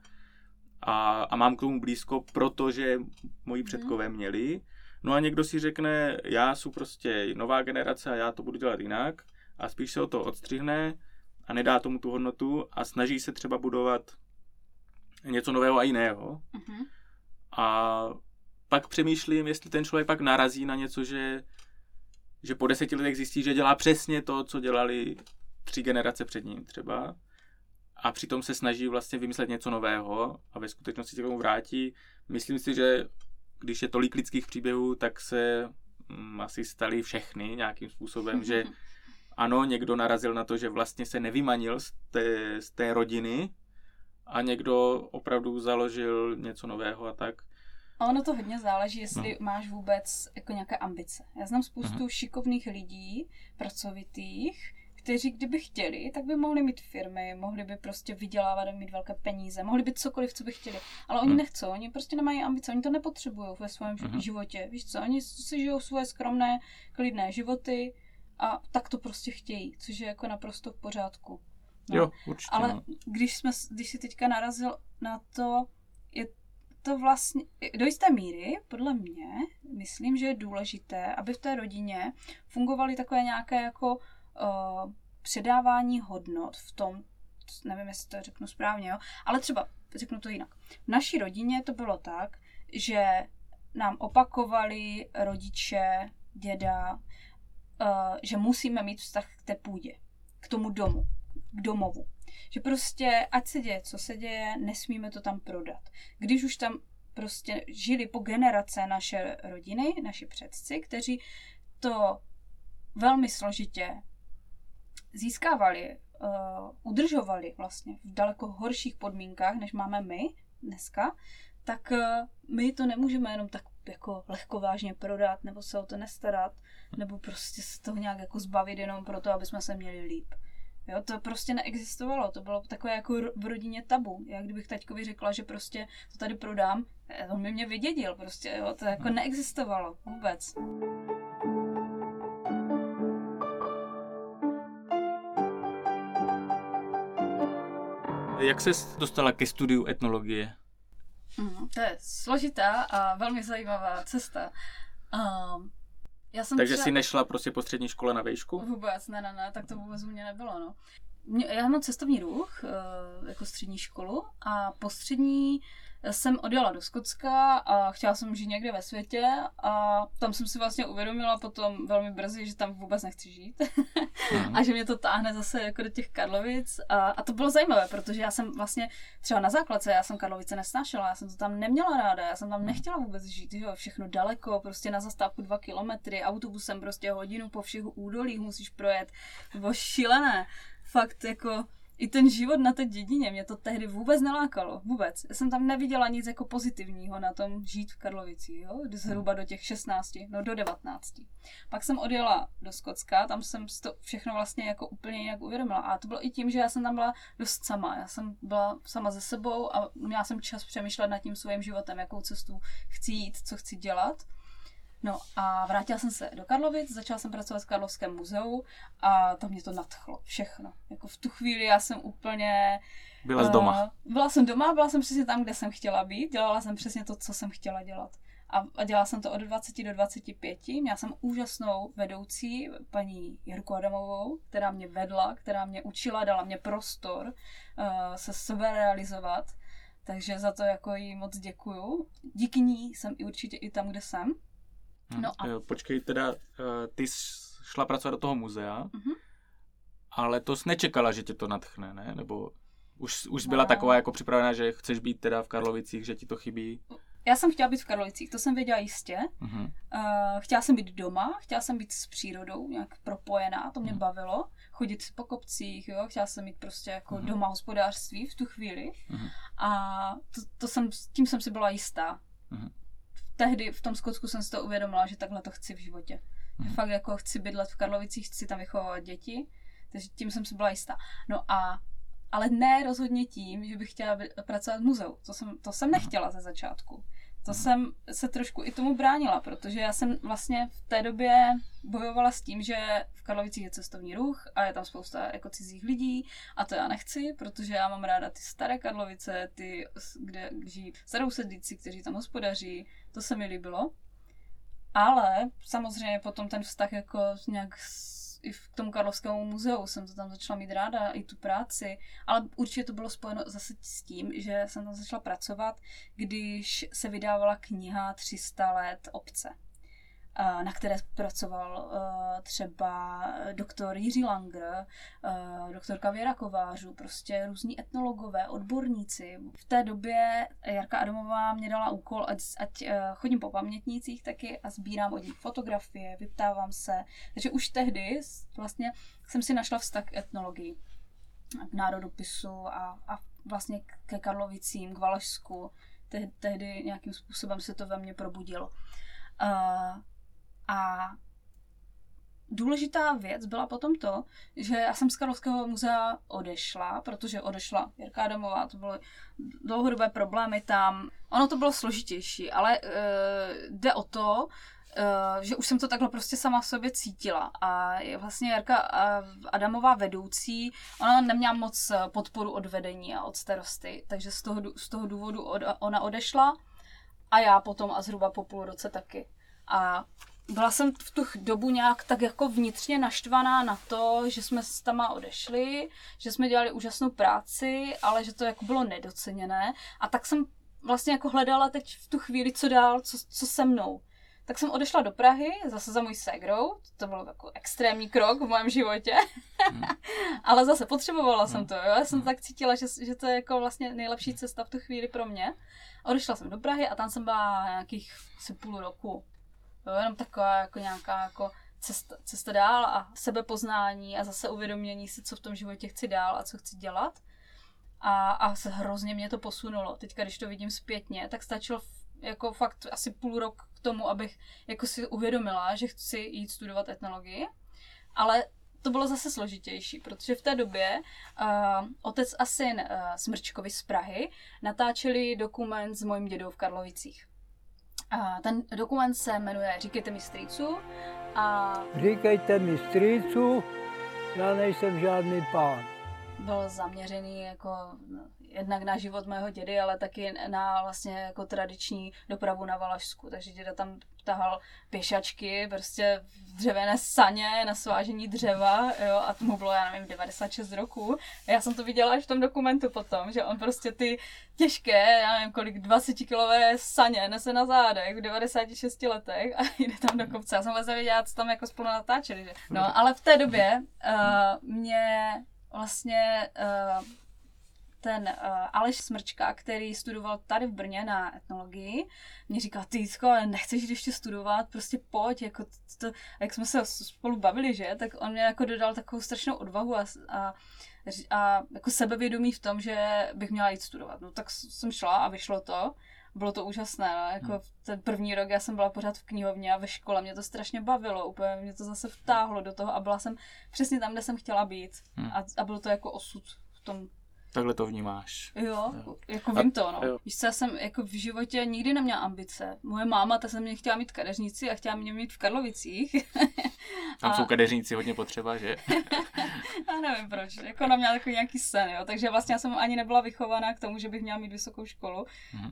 a mám k tomu blízko, protože moji předkové měli. No a někdo si řekne, já jsem prostě nová generace a já to budu dělat jinak a spíš se o to odstřihne a nedá tomu tu hodnotu a snaží se třeba budovat něco nového a jiného. A pak přemýšlím, jestli ten člověk pak narazí na něco, že po 10 letech zjistí, že dělá přesně to, co dělali 3 generace před ním třeba. A přitom se snaží vlastně vymyslet něco nového a ve skutečnosti se k tomu vrátí. Myslím si, že když je tolik lidských příběhů, tak se asi stali všechny nějakým způsobem, že ano, někdo narazil na to, že vlastně se nevymanil z té rodiny a někdo opravdu založil něco nového a tak. A ono to hodně záleží, jestli máš vůbec jako nějaké ambice. Já znám spoustu šikovných lidí, pracovitých, kteří kdyby chtěli, tak by mohli mít firmy, mohli by prostě vydělávat a mít velké peníze, mohli by cokoliv, co by chtěli. Ale oni nechcou, oni prostě nemají ambice, oni to nepotřebují ve svém životě. Víš co, oni si žijou svoje skromné, klidné životy a tak to prostě chtějí, což je jako naprosto v pořádku. No. Jo, určitě. Ale když si teďka narazil na to, je to vlastně do jisté míry, podle mě, myslím, že je důležité, aby v té rodině fungovaly takové nějaké jako předávání hodnot v tom, nevím, jestli to řeknu správně, jo, ale třeba řeknu to jinak. V naší rodině to bylo tak, že nám opakovali rodiče, děda, že musíme mít vztah k té půdě, k tomu domu, k domovu. Že prostě, ať se děje, co se děje, nesmíme to tam prodat. Když už tam prostě žili po generace naše rodiny, naši předci, kteří to velmi složitě získávali, udržovali vlastně v daleko horších podmínkách, než máme my dneska, tak my to nemůžeme jenom tak jako lehkovážně prodat, nebo se o to nestarat, nebo prostě se toho nějak jako zbavit jenom proto, aby jsme se měli líp. Jo, to prostě neexistovalo, to bylo takové jako v rodině tabu. Já kdybych taťkovi řekla, že prostě to tady prodám, on by mě vydědil, prostě, jo, to jako neexistovalo vůbec. Jak ses dostala ke studiu etnologie? To je složitá a velmi zajímavá cesta. Takže jsi nešla prostě po střední škole na vejšku? Vůbec, ne, tak to vůbec u mě nebylo, no. Já mám cestovní ruch, jako střední školu a po střední jsem odjela do Skotska a chtěla jsem žít někde ve světě a tam jsem si vlastně uvědomila potom velmi brzy, že tam vůbec nechci žít a že mě to táhne zase jako do těch Karlovic a to bylo zajímavé, protože já jsem vlastně třeba na základce, já jsem Karlovice nesnášela, já jsem to tam neměla ráda, já jsem tam nechtěla vůbec žít, jo, všechno daleko, prostě na zastávku 2 kilometry, autobusem prostě hodinu po všech údolích musíš projet, to bylo šílené, fakt jako i ten život na té dědině mě to tehdy vůbec nelákalo, vůbec. Já jsem tam neviděla nic jako pozitivního na tom žít v Karlovicích, jo, zhruba do těch 16, no do 19. Pak jsem odjela do Skotska, tam jsem to všechno vlastně jako úplně jinak uvědomila. A to bylo i tím, že já jsem tam byla dost sama. Já jsem byla sama ze sebou a měla jsem čas přemýšlet nad tím svým životem, jakou cestu chci jít, co chci dělat. No a vrátila jsem se do Karlovic, začala jsem pracovat v Karlovském muzeu a tam mě to nadchlo, všechno. Jako v tu chvíli já jsem úplně... Byla jsi doma? Byla jsem doma, byla jsem přesně tam, kde jsem chtěla být, dělala jsem přesně to, co jsem chtěla dělat. A dělala jsem to od 20 do 25. Měla jsem úžasnou vedoucí, paní Jirku Adamovou, která mě vedla, která mě učila, dala mě prostor se sebe realizovat. Takže za to jako jí moc děkuju. Díky ní jsem i určitě i tam, kde jsem. No a... Počkej, teda ty šla pracovat do toho muzea, ale to jsi nečekala, že tě to nadchne, ne? Nebo už byla taková jako připravená, že chceš být teda v Karlovicích, že ti to chybí? Já jsem chtěla být v Karlovicích, to jsem věděla jistě. Chtěla jsem být doma, chtěla jsem být s přírodou nějak propojená, to mě bavilo. Chodit po kopcích, jo? Chtěla jsem mít prostě jako doma hospodářství v tu chvíli. A tím jsem si byla jistá. Tehdy v tom Skotsku jsem si to uvědomila, že takhle to chci v životě. Že fakt jako chci bydlet v Karlovicích, chci tam vychovávat děti, takže tím jsem si byla jistá. Ale ne rozhodně tím, že bych chtěla pracovat v muzeu. To jsem nechtěla ze začátku. To jsem se trošku i tomu bránila, protože já jsem vlastně v té době bojovala s tím, že v Karlovicích je cestovní ruch a je tam spousta jako cizích lidí a to já nechci, protože já mám ráda ty staré Karlovice, ty, kde žijí starousedlíci, kteří tam hospodaří, to se mi líbilo. Ale samozřejmě potom ten vztah jako nějak i k tomu Karlovskému muzeu jsem to tam začala mít ráda, i tu práci, ale určitě to bylo spojeno zase s tím, že jsem tam začala pracovat, když se vydávala kniha 300 let obce, na které pracoval třeba doktor Jiří Langer, doktorka Věra Kovářů, prostě různí etnologové, odborníci. V té době Jarka Adamová mě dala úkol, ať chodím po pamětnících taky a sbírám od nich fotografie, vyptávám se. Takže už tehdy vlastně jsem si našla vztah k etnologii, k národopisu a vlastně ke Karlovicím, k Valašsku. Tehdy nějakým způsobem se to ve mně probudilo. A důležitá věc byla potom to, že já jsem z Karlovského muzea odešla, protože odešla Jirka Adamová, to byly dlouhodobé problémy tam. Ono to bylo složitější, ale jde o to, že už jsem to takhle prostě sama v sobě cítila. A vlastně Jirka Adamová vedoucí, ona neměla moc podporu od vedení a od starosty, takže z toho důvodu ona odešla a já potom a zhruba po půl roce taky. A byla jsem v tu dobu nějak tak jako vnitřně naštvaná na to, že jsme s tama odešli, že jsme dělali úžasnou práci, ale že to jako bylo nedoceněné. A tak jsem vlastně jako hledala teď v tu chvíli, co dál, co se mnou. Tak jsem odešla do Prahy, zase za mojí ségrou, to byl jako extrémní krok v mém životě, ale zase potřebovala jsem to, jo? Já jsem tak cítila, že to je jako vlastně nejlepší cesta v tu chvíli pro mě. Odešla jsem do Prahy a tam jsem byla nějakých asi půl roku. Jo, jenom taková jako nějaká jako cesta dál a sebepoznání a zase uvědomění si, co v tom životě chci dál a co chci dělat. A se hrozně mě to posunulo. Teďka, když to vidím zpětně, tak stačilo jako fakt asi půl rok k tomu, abych jako si uvědomila, že chci jít studovat etnologii. Ale to bylo zase složitější, protože v té době otec a syn Smrčkovi z Prahy natáčeli dokument s mojím dědou v Karlovicích. A ten dokument se jmenuje Říkejte mi strýcu a... Říkejte mi strýcu, já nejsem žádný pán. Byl zaměřený jako jednak na život mého dědy, ale taky na vlastně jako tradiční dopravu na Valašsku. Takže děda tam tahal pěšačky, prostě dřevěné saně na svážení dřeva, jo, a tomu bylo, já nevím, 96 roků. A já jsem to viděla až v tom dokumentu potom, že on prostě ty těžké, já nevím kolik, 20-kilové saně nese na zádech v 96 letech a jde tam do kopce. Já jsem vůbec nevěděla, co tam jako spolu natáčeli. Že? No, ale v té době mě vlastně ten Aleš Smrčka, který studoval tady v Brně na etnologii, mě říkal, ty Jitko, nechceš ještě studovat, prostě pojď, jako to, jak jsme se spolu bavili, že, tak on mě jako dodal takovou strašnou odvahu a jako sebevědomí v tom, že bych měla jít studovat. No tak jsem šla a vyšlo to. Bylo to úžasné, no? Jako ten první rok já jsem byla pořád v knihovně a ve škole, mě to strašně bavilo, úplně mě to zase vtáhlo do toho a byla jsem přesně tam, kde jsem chtěla být a bylo to jako osud v tom. Takhle to vnímáš. Jo, jako vím to, no. Víš co, já jsem jako v životě nikdy neměla ambice. Moje máma, ta se mě chtěla mít kadeřnici a chtěla mě mít v Karlovicích. Tam jsou kadeřníci hodně potřeba, že? Já nevím proč, jako ona měla takový nějaký sen, jo, takže vlastně já jsem ani nebyla vychovaná k tomu, že bych měla mít vysokou školu,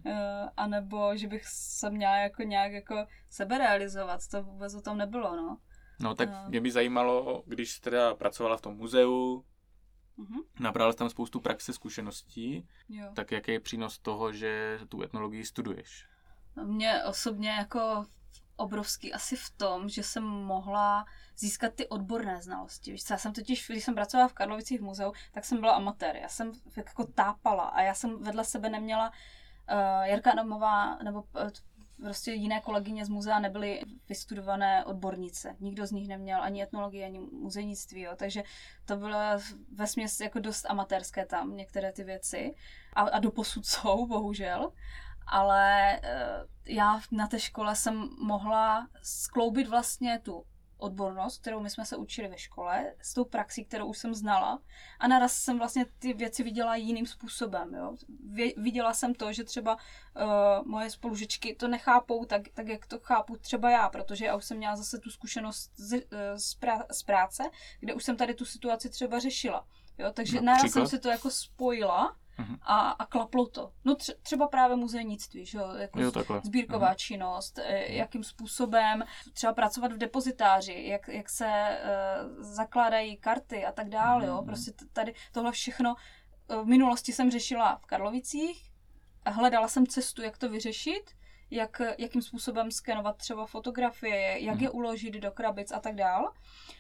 anebo že bych se měla jako nějak jako sebe realizovat, to vůbec o tom nebylo, no. No tak mě by zajímalo, když jsi teda pracovala v tom muzeu, nabrala jsi tam spoustu praxe, zkušeností, tak jaký je přínos toho, že tu etnologii studuješ? Mě osobně jako obrovský asi v tom, že jsem mohla získat ty odborné znalosti. Víš co, já jsem totiž, když jsem pracovala v Karlovicích muzeu, tak jsem byla amatér. Já jsem jako tápala a já jsem vedle sebe neměla Jarka Adamová nebo prostě jiné kolegyně z muzea nebyly vystudované odbornice. Nikdo z nich neměl ani etnologii, ani muzejnictví, jo. Takže to bylo vesměs jako dost amatérské tam některé ty věci. A doposud jsou, bohužel. Ale já na té škole jsem mohla skloubit vlastně tu odbornost, kterou my jsme se učili ve škole, s tou praxí, kterou už jsem znala. A naraz jsem vlastně ty věci viděla jiným způsobem. Jo. Viděla jsem to, že třeba moje spolužečky to nechápou tak, jak to chápu třeba já, protože já už jsem měla zase tu zkušenost z práce, kde už jsem tady tu situaci třeba řešila. Jo. Takže naraz jsem si to jako spojila a klaplo to. No třeba právě muzejnictví, že jo, jako sbírková činnost, jakým způsobem třeba pracovat v depozitáři, jak se zakládají karty a tak dále, jo. Prostě tady tohle všechno v minulosti jsem řešila v Karlovicích, hledala jsem cestu, jak to vyřešit, jakým způsobem skenovat třeba fotografie, jak je uložit do krabic a tak dále.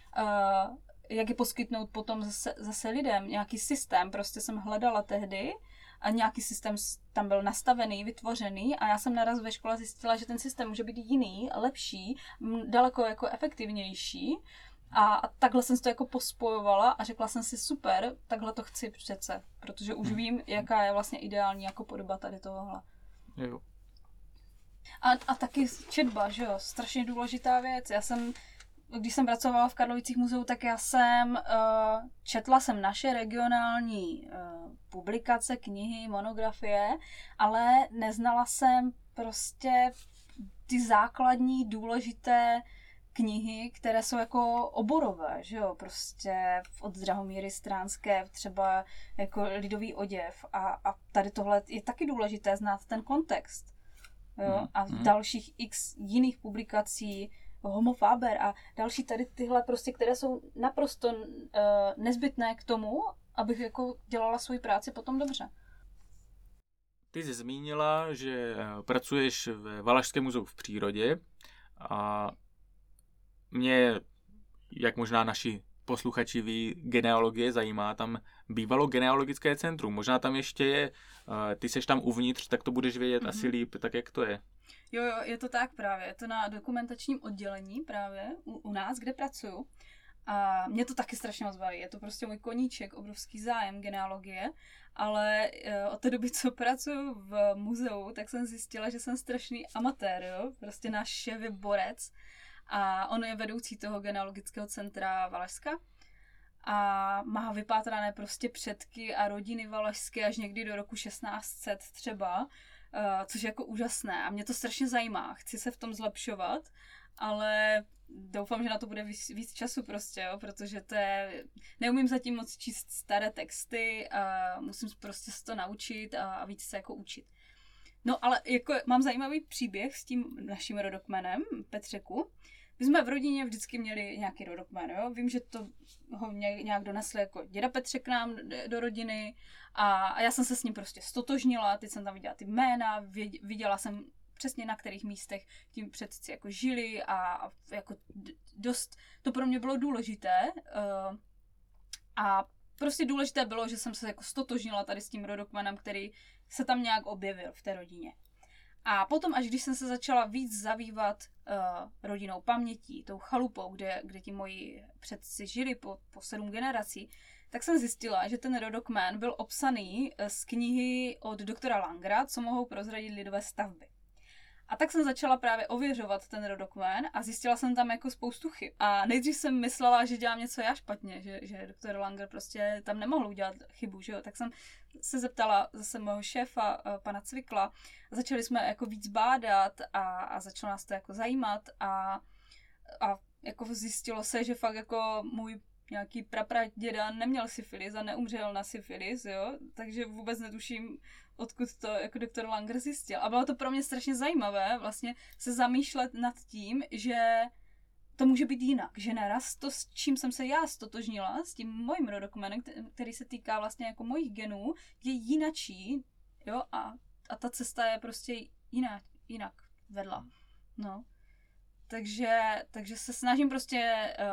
Jak je poskytnout potom zase lidem, nějaký systém, prostě jsem hledala tehdy a nějaký systém tam byl nastavený, vytvořený a já jsem naraz ve škole zjistila, že ten systém může být jiný, lepší, daleko jako efektivnější a takhle jsem si to jako pospojovala a řekla jsem si super, takhle to chci přece, protože už vím, jaká je vlastně ideální jako podoba tady tohohle. Jo. A taky četba, že jo, strašně důležitá věc. Když jsem pracovala v Karlovicích muzeu, tak já jsem četla jsem naše regionální publikace, knihy, monografie, ale neznala jsem prostě ty základní důležité knihy, které jsou jako oborové, že jo, prostě od Drahomíry Stránské třeba jako lidový oděv a tady tohle je taky důležité znát ten kontext, jo, a v dalších x jiných publikací Homo Faber a další tady tyhle prostě, které jsou naprosto nezbytné k tomu, abych jako dělala svoji práci potom dobře. Ty jsi zmínila, že pracuješ ve Valašském muzeu v přírodě a mě, jak možná naši posluchači ví, genealogie zajímá, tam bývalo genealogické centrum, možná tam ještě je, ty seš tam uvnitř, tak to budeš vědět asi líp, tak jak to je. Jo, je to tak právě. Je to na dokumentačním oddělení právě u nás, kde pracuju. A mě to taky strašně moc baví. Je to prostě můj koníček, obrovský zájem genealogie. Ale od té doby, co pracuju v muzeu, tak jsem zjistila, že jsem strašný amatér, jo. Prostě náš šéf je borec a on je vedoucí toho genealogického centra Valašska. A má vypátrané prostě předky a rodiny valašské až někdy do roku 1600 třeba. Což je jako úžasné a mě to strašně zajímá. Chci se v tom zlepšovat, ale doufám, že na to bude víc času prostě, jo, protože neumím zatím moc číst staré texty a musím prostě se to naučit a víc se jako učit. No ale jako mám zajímavý příběh s tím naším rodokmenem Petřeku. My jsme v rodině vždycky měli nějaký rodokmen, jo. Vím, že to ho nějak donesli jako děda Petře k nám do rodiny a já jsem se s ním prostě stotožnila, teď jsem tam viděla ty jména, viděla jsem přesně na kterých místech tím předci jako žili a jako dost to pro mě bylo důležité a prostě důležité bylo, že jsem se jako stotožnila tady s tím rodokmenem, který se tam nějak objevil v té rodině. A potom, až když jsem se začala víc zabývat rodinnou pamětí, tou chalupou, kde ti moji předci žili po 7 generací, tak jsem zjistila, že ten rodokmen byl opsaný z knihy od doktora Langera, Co mohou prozradit lidové stavby. A tak jsem začala právě ověřovat ten rodokmen a zjistila jsem tam jako spoustu chyb. A nejdřív jsem myslela, že dělám něco já špatně, že doktor Langer prostě tam nemohl udělat chybu, že jo. Tak jsem se zeptala zase mého šéfa, pana Cvikla. Začali jsme jako víc bádat a začalo nás to jako zajímat a jako zjistilo se, že fakt jako můj nějaký prapraděda neměl syfilis a neumřel na syfilis, jo, takže vůbec netuším, odkud to jako doktor Langer zjistil. A bylo to pro mě strašně zajímavé vlastně se zamýšlet nad tím, že to může být jinak, že naraz to, s čím jsem se já stotožnila, s tím mojím rodokmenem, který se týká vlastně jako mojich genů, je jinačí, jo, a ta cesta je prostě jinak vedla, no. Takže se snažím prostě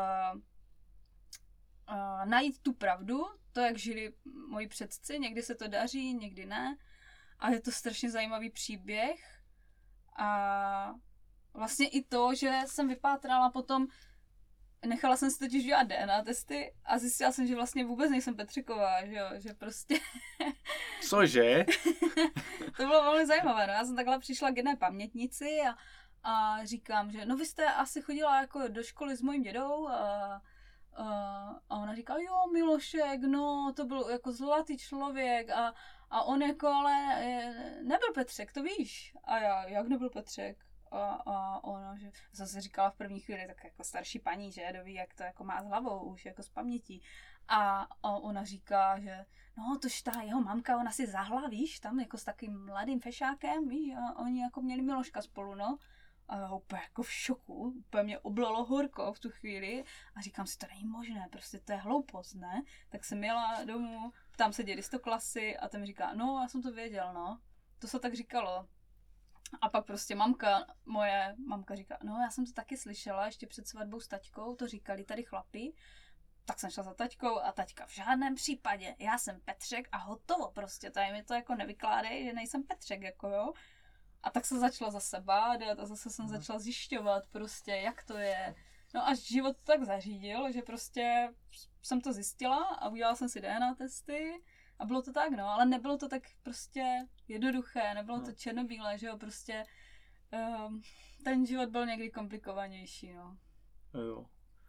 najít tu pravdu, to, jak žili moji předci, někdy se to daří, někdy ne, a je to strašně zajímavý příběh a vlastně i to, že jsem vypátrala potom, nechala jsem si totiž dělat DNA testy a zjistila jsem, že vlastně vůbec nejsem Petříková, že jo, že prostě... Cože? To bylo velmi zajímavé, no, já jsem takhle přišla k jedné pamětnici a říkám, že no vy jste asi chodila jako do školy s mojím dědou a ona říká, jo, Milošek, no, to byl jako zlatý člověk a on jako ale nebyl Petřek, to víš. A já, jak nebyl Petřek? A ona, že jsem si říkala v první chvíli, tak jako starší paní, že doví, jak to jako má s hlavou, už jako z paměti. A ona říká, že no, tož ta jeho mamka, ona si zahla, víš, tam jako s takým mladým fešákem, víš, a oni jako měli Miloška spolu, no. A já úplně jako v šoku, úplně mě oblalo horko v tu chvíli a říkám si, to není možné, prostě to je hloupost, ne? Tak jsem jela domů, tam se děli stoklasy a ten mi říká, no, já jsem to věděl, no, to se tak říkalo. A pak prostě moje mamka říká, no, já jsem to taky slyšela, ještě před svatbou s taťkou, to říkali tady chlapi, tak jsem šla za taťkou a taťka v žádném případě, já jsem Petřek a hotovo prostě, tady mi to jako nevykládej, že nejsem Petřek, jako jo. A tak se začala zase bádat a zase jsem začala zjišťovat prostě, jak to je. No až život tak zařídil, že prostě jsem to zjistila a udělala jsem si DNA testy a bylo to tak, no. Ale nebylo to tak prostě jednoduché, nebylo to černobílé, že jo, prostě ten život byl někdy komplikovanější, no. Jo.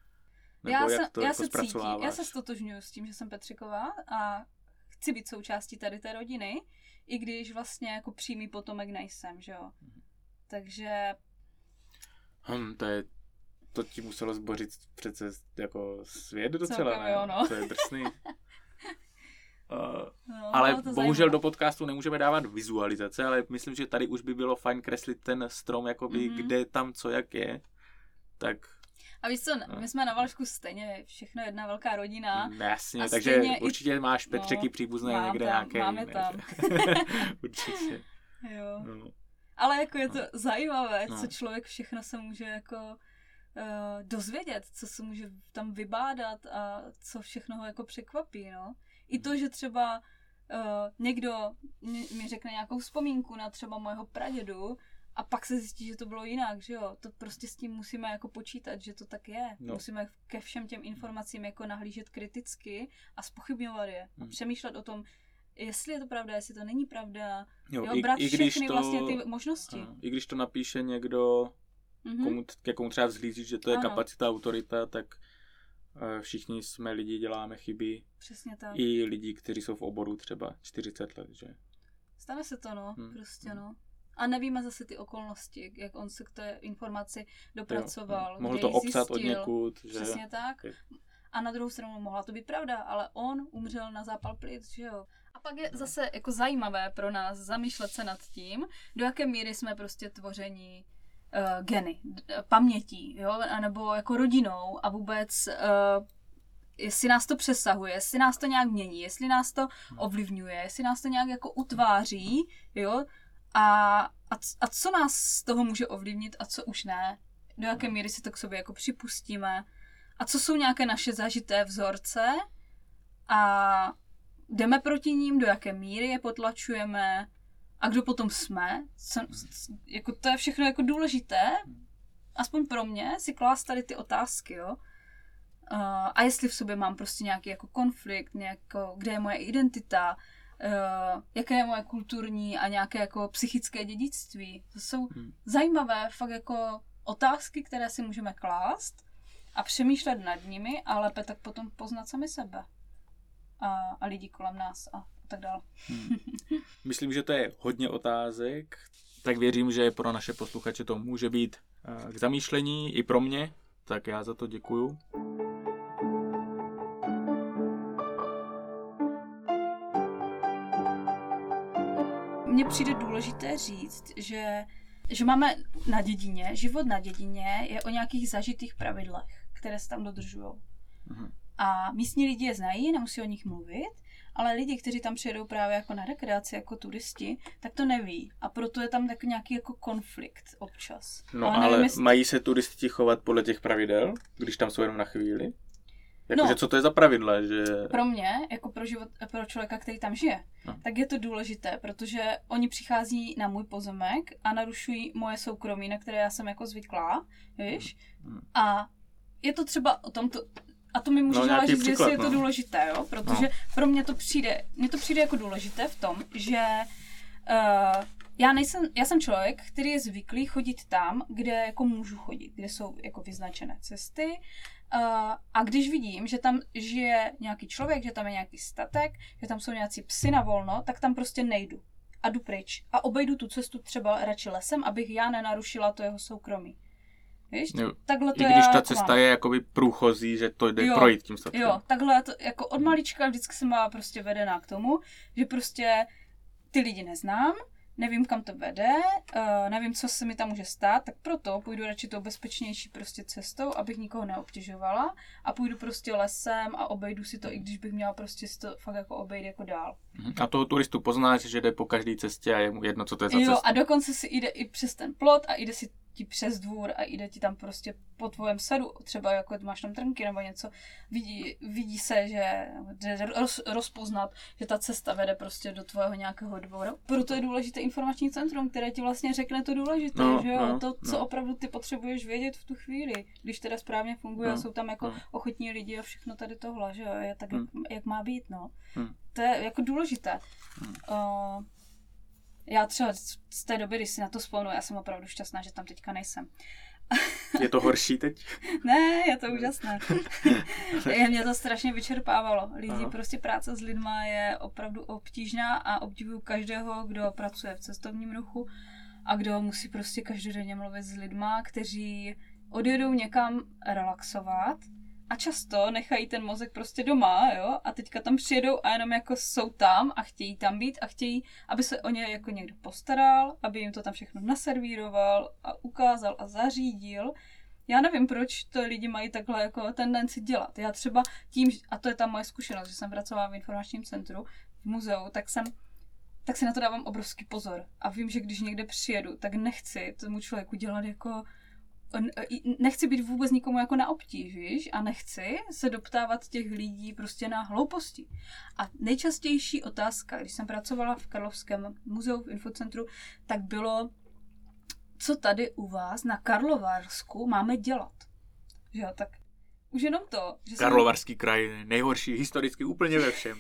Já se stotožňuji s tím, že jsem Petříková a chci být součástí tady té rodiny, i když vlastně jako přímý potomek nejsem, že jo. Takže... To ti muselo zbořit přece jako svět docela, celkem, ne? Jo, no. To je drsný. No, ale bohužel zajímavé. do podcastu nemůžeme dávat vizualizace, ale myslím, že tady už by bylo fajn kreslit ten strom, jakoby, kde tam co jak je. Tak... A víš co, my jsme na Valašsku stejně všechno jedna velká rodina. Jasně, takže určitě máš Petřeky příbuzné někde nějaké. Máme tam. Určitě. Jo. No. Ale jako je to zajímavé, co člověk všechno se může jako dozvědět, co se může tam vybádat a co všechno ho jako překvapí, no. I to, že třeba někdo mi řekne nějakou vzpomínku na třeba mojeho pradědu a pak se zjistí, že to bylo jinak, že jo. To prostě s tím musíme jako počítat, že to tak je. No. Musíme ke všem těm informacím jako nahlížet kriticky a zpochybňovat je. A přemýšlet o tom, jestli je to pravda, jestli to není pravda. Jo, brát všechny vlastně ty možnosti. I když to napíše někdo, ke komu třeba vzhlížíš, že to je kapacita, autorita, tak všichni jsme lidi, děláme chyby. Přesně tak. I lidi, kteří jsou v oboru třeba 40 let, že? Stane se to, no, prostě, no. A nevíme zase ty okolnosti, jak on se k té informaci dopracoval. Mohl to obsat od někud. Že? Přesně tak. A na druhou stranu mohla to být pravda, ale on umřel na zápal plic, že jo. A pak je zase jako zajímavé pro nás zamýšlet se nad tím, do jaké míry jsme prostě tvoření geny, pamětí, jo, nebo jako rodinou a vůbec jestli nás to přesahuje, jestli nás to nějak mění, jestli nás to ovlivňuje, jestli nás to nějak jako utváří, jo, a co nás z toho může ovlivnit a co už ne, do jaké míry si to k sobě jako připustíme a co jsou nějaké naše zažité vzorce a jdeme proti ním, do jaké míry je potlačujeme a kdo potom jsme, jako to je všechno jako důležité, aspoň pro mě, si klást tady ty otázky, jo. A jestli v sobě mám prostě nějaký jako konflikt, kde je moje identita, jaké je moje kulturní a nějaké jako psychické dědictví. To jsou zajímavé fakt jako otázky, které si můžeme klást a přemýšlet nad nimi a lépe tak potom poznat sami sebe a lidi kolem nás a tak dále. Myslím, že to je hodně otázek, tak věřím, že pro naše posluchače to může být k zamýšlení i pro mě, Tak já za to děkuju. Mně přijde důležité říct, že máme na dědině, život na dědině je o nějakých zažitých pravidlech, které se tam dodržujou. A místní lidi je znají, nemusí o nich mluvit, ale lidi, kteří tam přijedou právě jako na rekreaci, jako turisti, tak to neví. A proto je tam tak nějaký jako konflikt občas. No ale mají se turisti chovat podle těch pravidel, když tam jsou jenom na chvíli? Jakože co to je za pravidla? Že... Pro mě, jako pro člověka, který tam žije, tak je to důležité, protože oni přichází na můj pozemek a narušují moje soukromí, na které já jsem jako zvyklá, víš? A je to třeba o tomto... A to mi můžeš říct, jestli je to důležité, jo? Protože pro mě to přijde jako důležité v tom, že já jsem člověk, který je zvyklý chodit tam, kde jako můžu chodit, kde jsou jako vyznačené cesty. A když vidím, že tam žije nějaký člověk, že tam je nějaký statek, že tam jsou nějací psi na volno, tak tam prostě nejdu. A jdu pryč. A obejdu tu cestu třeba radši lesem, abych já nenarušila to jeho soukromí. Víš? Takhle to i když ta cesta je jakoby průchozí, že to jde projít tím statkem. Jo, takhle to jako od malička vždycky jsem byla prostě vedená k tomu, že prostě ty lidi neznám, nevím, kam to vede, nevím, co se mi tam může stát, tak proto půjdu radši tou bezpečnější prostě cestou, abych nikoho neobtěžovala a půjdu prostě lesem a obejdu si to, i když bych měla prostě si to fakt jako obejít jako dál. A toho turistu poznáš, že jde po každé cestě a je mu jedno, co to je za cestu. Jo, a dokonce si jde i přes ten plot a jde si ti přes dvůr a jde ti tam prostě po tvojem sadu, třeba jako máš tam trnky nebo něco, vidí se, že jde rozpoznat, že ta cesta vede prostě do tvého nějakého dvoru. Proto je důležité informační centrum, které ti vlastně řekne to důležité, že jo, co opravdu ty potřebuješ vědět v tu chvíli, když teda správně funguje a jsou tam jako ochotní lidi a všechno tady tohle, že jo, je tak, jak má být, no. To je jako důležité. Já třeba z té doby, když si na to vzpomenu, já jsem opravdu šťastná, že tam teďka nejsem. Je to horší teď? Ne, je to úžasné. Mě to strašně vyčerpávalo. Prostě práce s lidma je opravdu obtížná a obdivuju každého, kdo pracuje v cestovním ruchu a kdo musí prostě každodenně mluvit s lidma, kteří odjedou někam relaxovat a často nechají ten mozek prostě doma, jo, a teďka tam přijedou a jenom jako jsou tam a chtějí tam být a chtějí, aby se o ně jako někdo postaral, aby jim to tam všechno naservíroval a ukázal a zařídil. Já nevím, proč to lidi mají takhle jako tendenci dělat. Já třeba tím, a to je ta moje zkušenost, že jsem pracovala v informačním centru, v muzeu, tak si na to dávám obrovský pozor. A vím, že když někde přijedu, tak nechci tomu člověku dělat jako nechci být vůbec nikomu jako na obtíž, víš? A nechci se doptávat těch lidí prostě na hlouposti. A nejčastější otázka, když jsem pracovala v Karlovském muzeu v infocentru, tak bylo, co tady u vás na Karlovarsku máme dělat. Že jo, tak už jenom to. Že Karlovarský kraj nejhorší historicky úplně ve všem.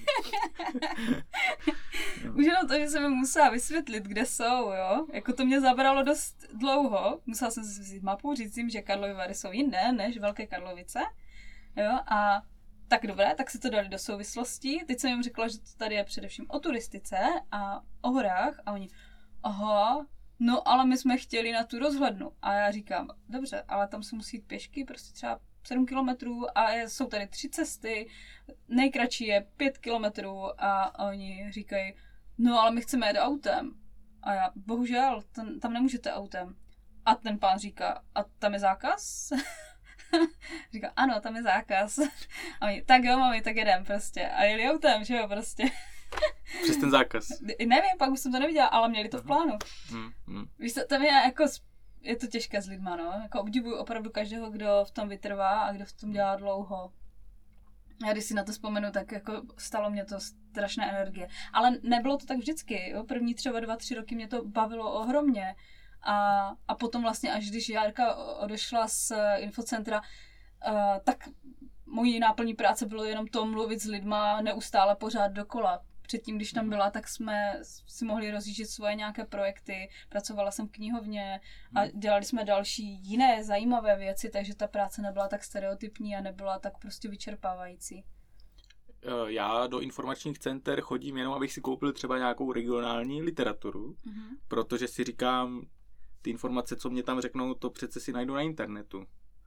Už jenom to, že jsem mi musela vysvětlit, kde jsou, jo. Jako to mě zabralo dost dlouho. Musela jsem si vzít mapu, říct jim, že Karlovy Vary jsou jinde než Velké Karlovice. Jo, a tak dobré, tak se to dali do souvislostí. Teď jsem jim řekla, že to tady je především o turistice a o horách a oni, aha, no ale my jsme chtěli na tu rozhlednu. A já říkám, dobře, ale tam se musí jít pěšky, prostě třeba 7 kilometrů a jsou tady 3 cesty, nejkratší je 5 kilometrů a oni říkají, no ale my chceme jet autem. A já, bohužel, tam nemůžete autem. A ten pán říká, a tam je zákaz? Říká, ano, tam je zákaz. A oni, tak jo, mami, tak jedem prostě. A jeli autem, že jo, prostě. Přes ten zákaz. Nevím, pak už jsem to neviděla, ale měli to v plánu. Víš, tam je jako... Je to těžké s lidma, no. Jako obdivuju opravdu každého, kdo v tom vytrvá a kdo v tom dělá dlouho. Já když si na to vzpomenu, tak jako stalo mě to strašné energie. Ale nebylo to tak vždycky, jo. První třeba 2-3 roky mě to bavilo ohromně. A potom vlastně, až když Járka odešla z infocentra, tak mojí náplní práce bylo jenom to mluvit s lidma neustále pořád dokola. Předtím, když tam byla, tak jsme si mohli rozjíždět svoje nějaké projekty, pracovala jsem v knihovně a dělali jsme další jiné zajímavé věci, takže ta práce nebyla tak stereotypní a nebyla tak prostě vyčerpávající. Já do informačních center chodím jenom, abych si koupil třeba nějakou regionální literaturu, protože si říkám, ty informace, co mě tam řeknou, to přece si najdu na internetu.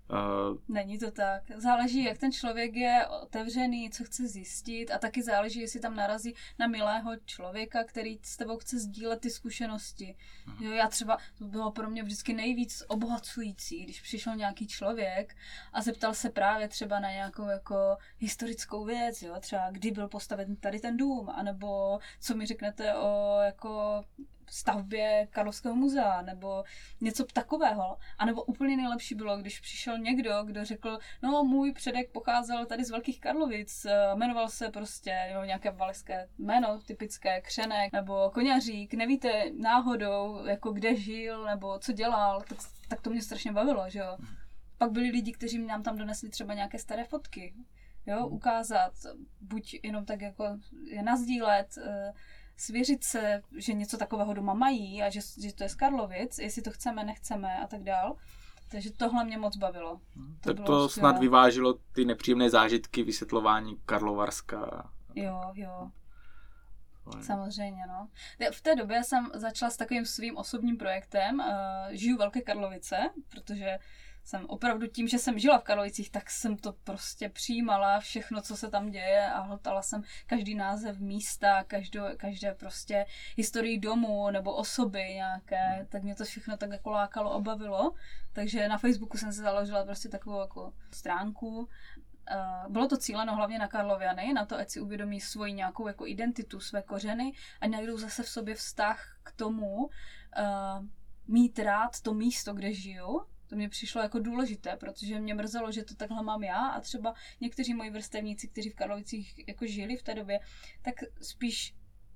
Není to tak. Záleží, jak ten člověk je otevřený, co chce zjistit a taky záleží, jestli tam narazí na milého člověka, který s tebou chce sdílet ty zkušenosti. Jo, já třeba, to bylo pro mě vždycky nejvíc obohacující, když přišel nějaký člověk a zeptal se právě třeba na nějakou jako historickou věc, jo, třeba kdy byl postaven tady ten dům, anebo co mi řeknete o jako stavbě Karlovského muzea, nebo něco takového. A nebo úplně nejlepší bylo, když přišel někdo, kdo řekl, no můj předek pocházel tady z Velkých Karlovic, jmenoval se prostě, jo, nějaké valašské jméno, typické Křenek, nebo Koňařík, nevíte náhodou, jako kde žil, nebo co dělal, tak to mě strašně bavilo, že jo. Pak byli lidi, kteří nám tam donesli třeba nějaké staré fotky, jo, ukázat, buď jenom tak jako je nazdílet, svěřit se, že něco takového doma mají a že to je z Karlovic, jestli to chceme, nechceme a tak dál. Takže tohle mě moc bavilo. Tak to snad vyvážilo ty nepříjemné zážitky vysvětlování Karlovarska. Jo. Samozřejmě, no. V té době jsem začala s takovým svým osobním projektem Žiju Velké Karlovice, protože jsem opravdu tím, že jsem žila v Karlovicích, tak jsem to prostě přijímala, všechno, co se tam děje a hltala jsem každý název místa, každé prostě historii domu nebo osoby nějaké, tak mě to všechno tak jako lákalo a bavilo. Takže na Facebooku jsem si založila prostě takovou jako stránku. Bylo to cíleno hlavně na Karloviany, na to, ať si uvědomí svoji nějakou jako identitu, své kořeny a najdou zase v sobě vztah k tomu mít rád to místo, kde žiju. To mě přišlo jako důležité, protože mě mrzelo, že to takhle mám já a třeba někteří moji vrstevníci, kteří v Karlovicích jako žili v té době, tak spíš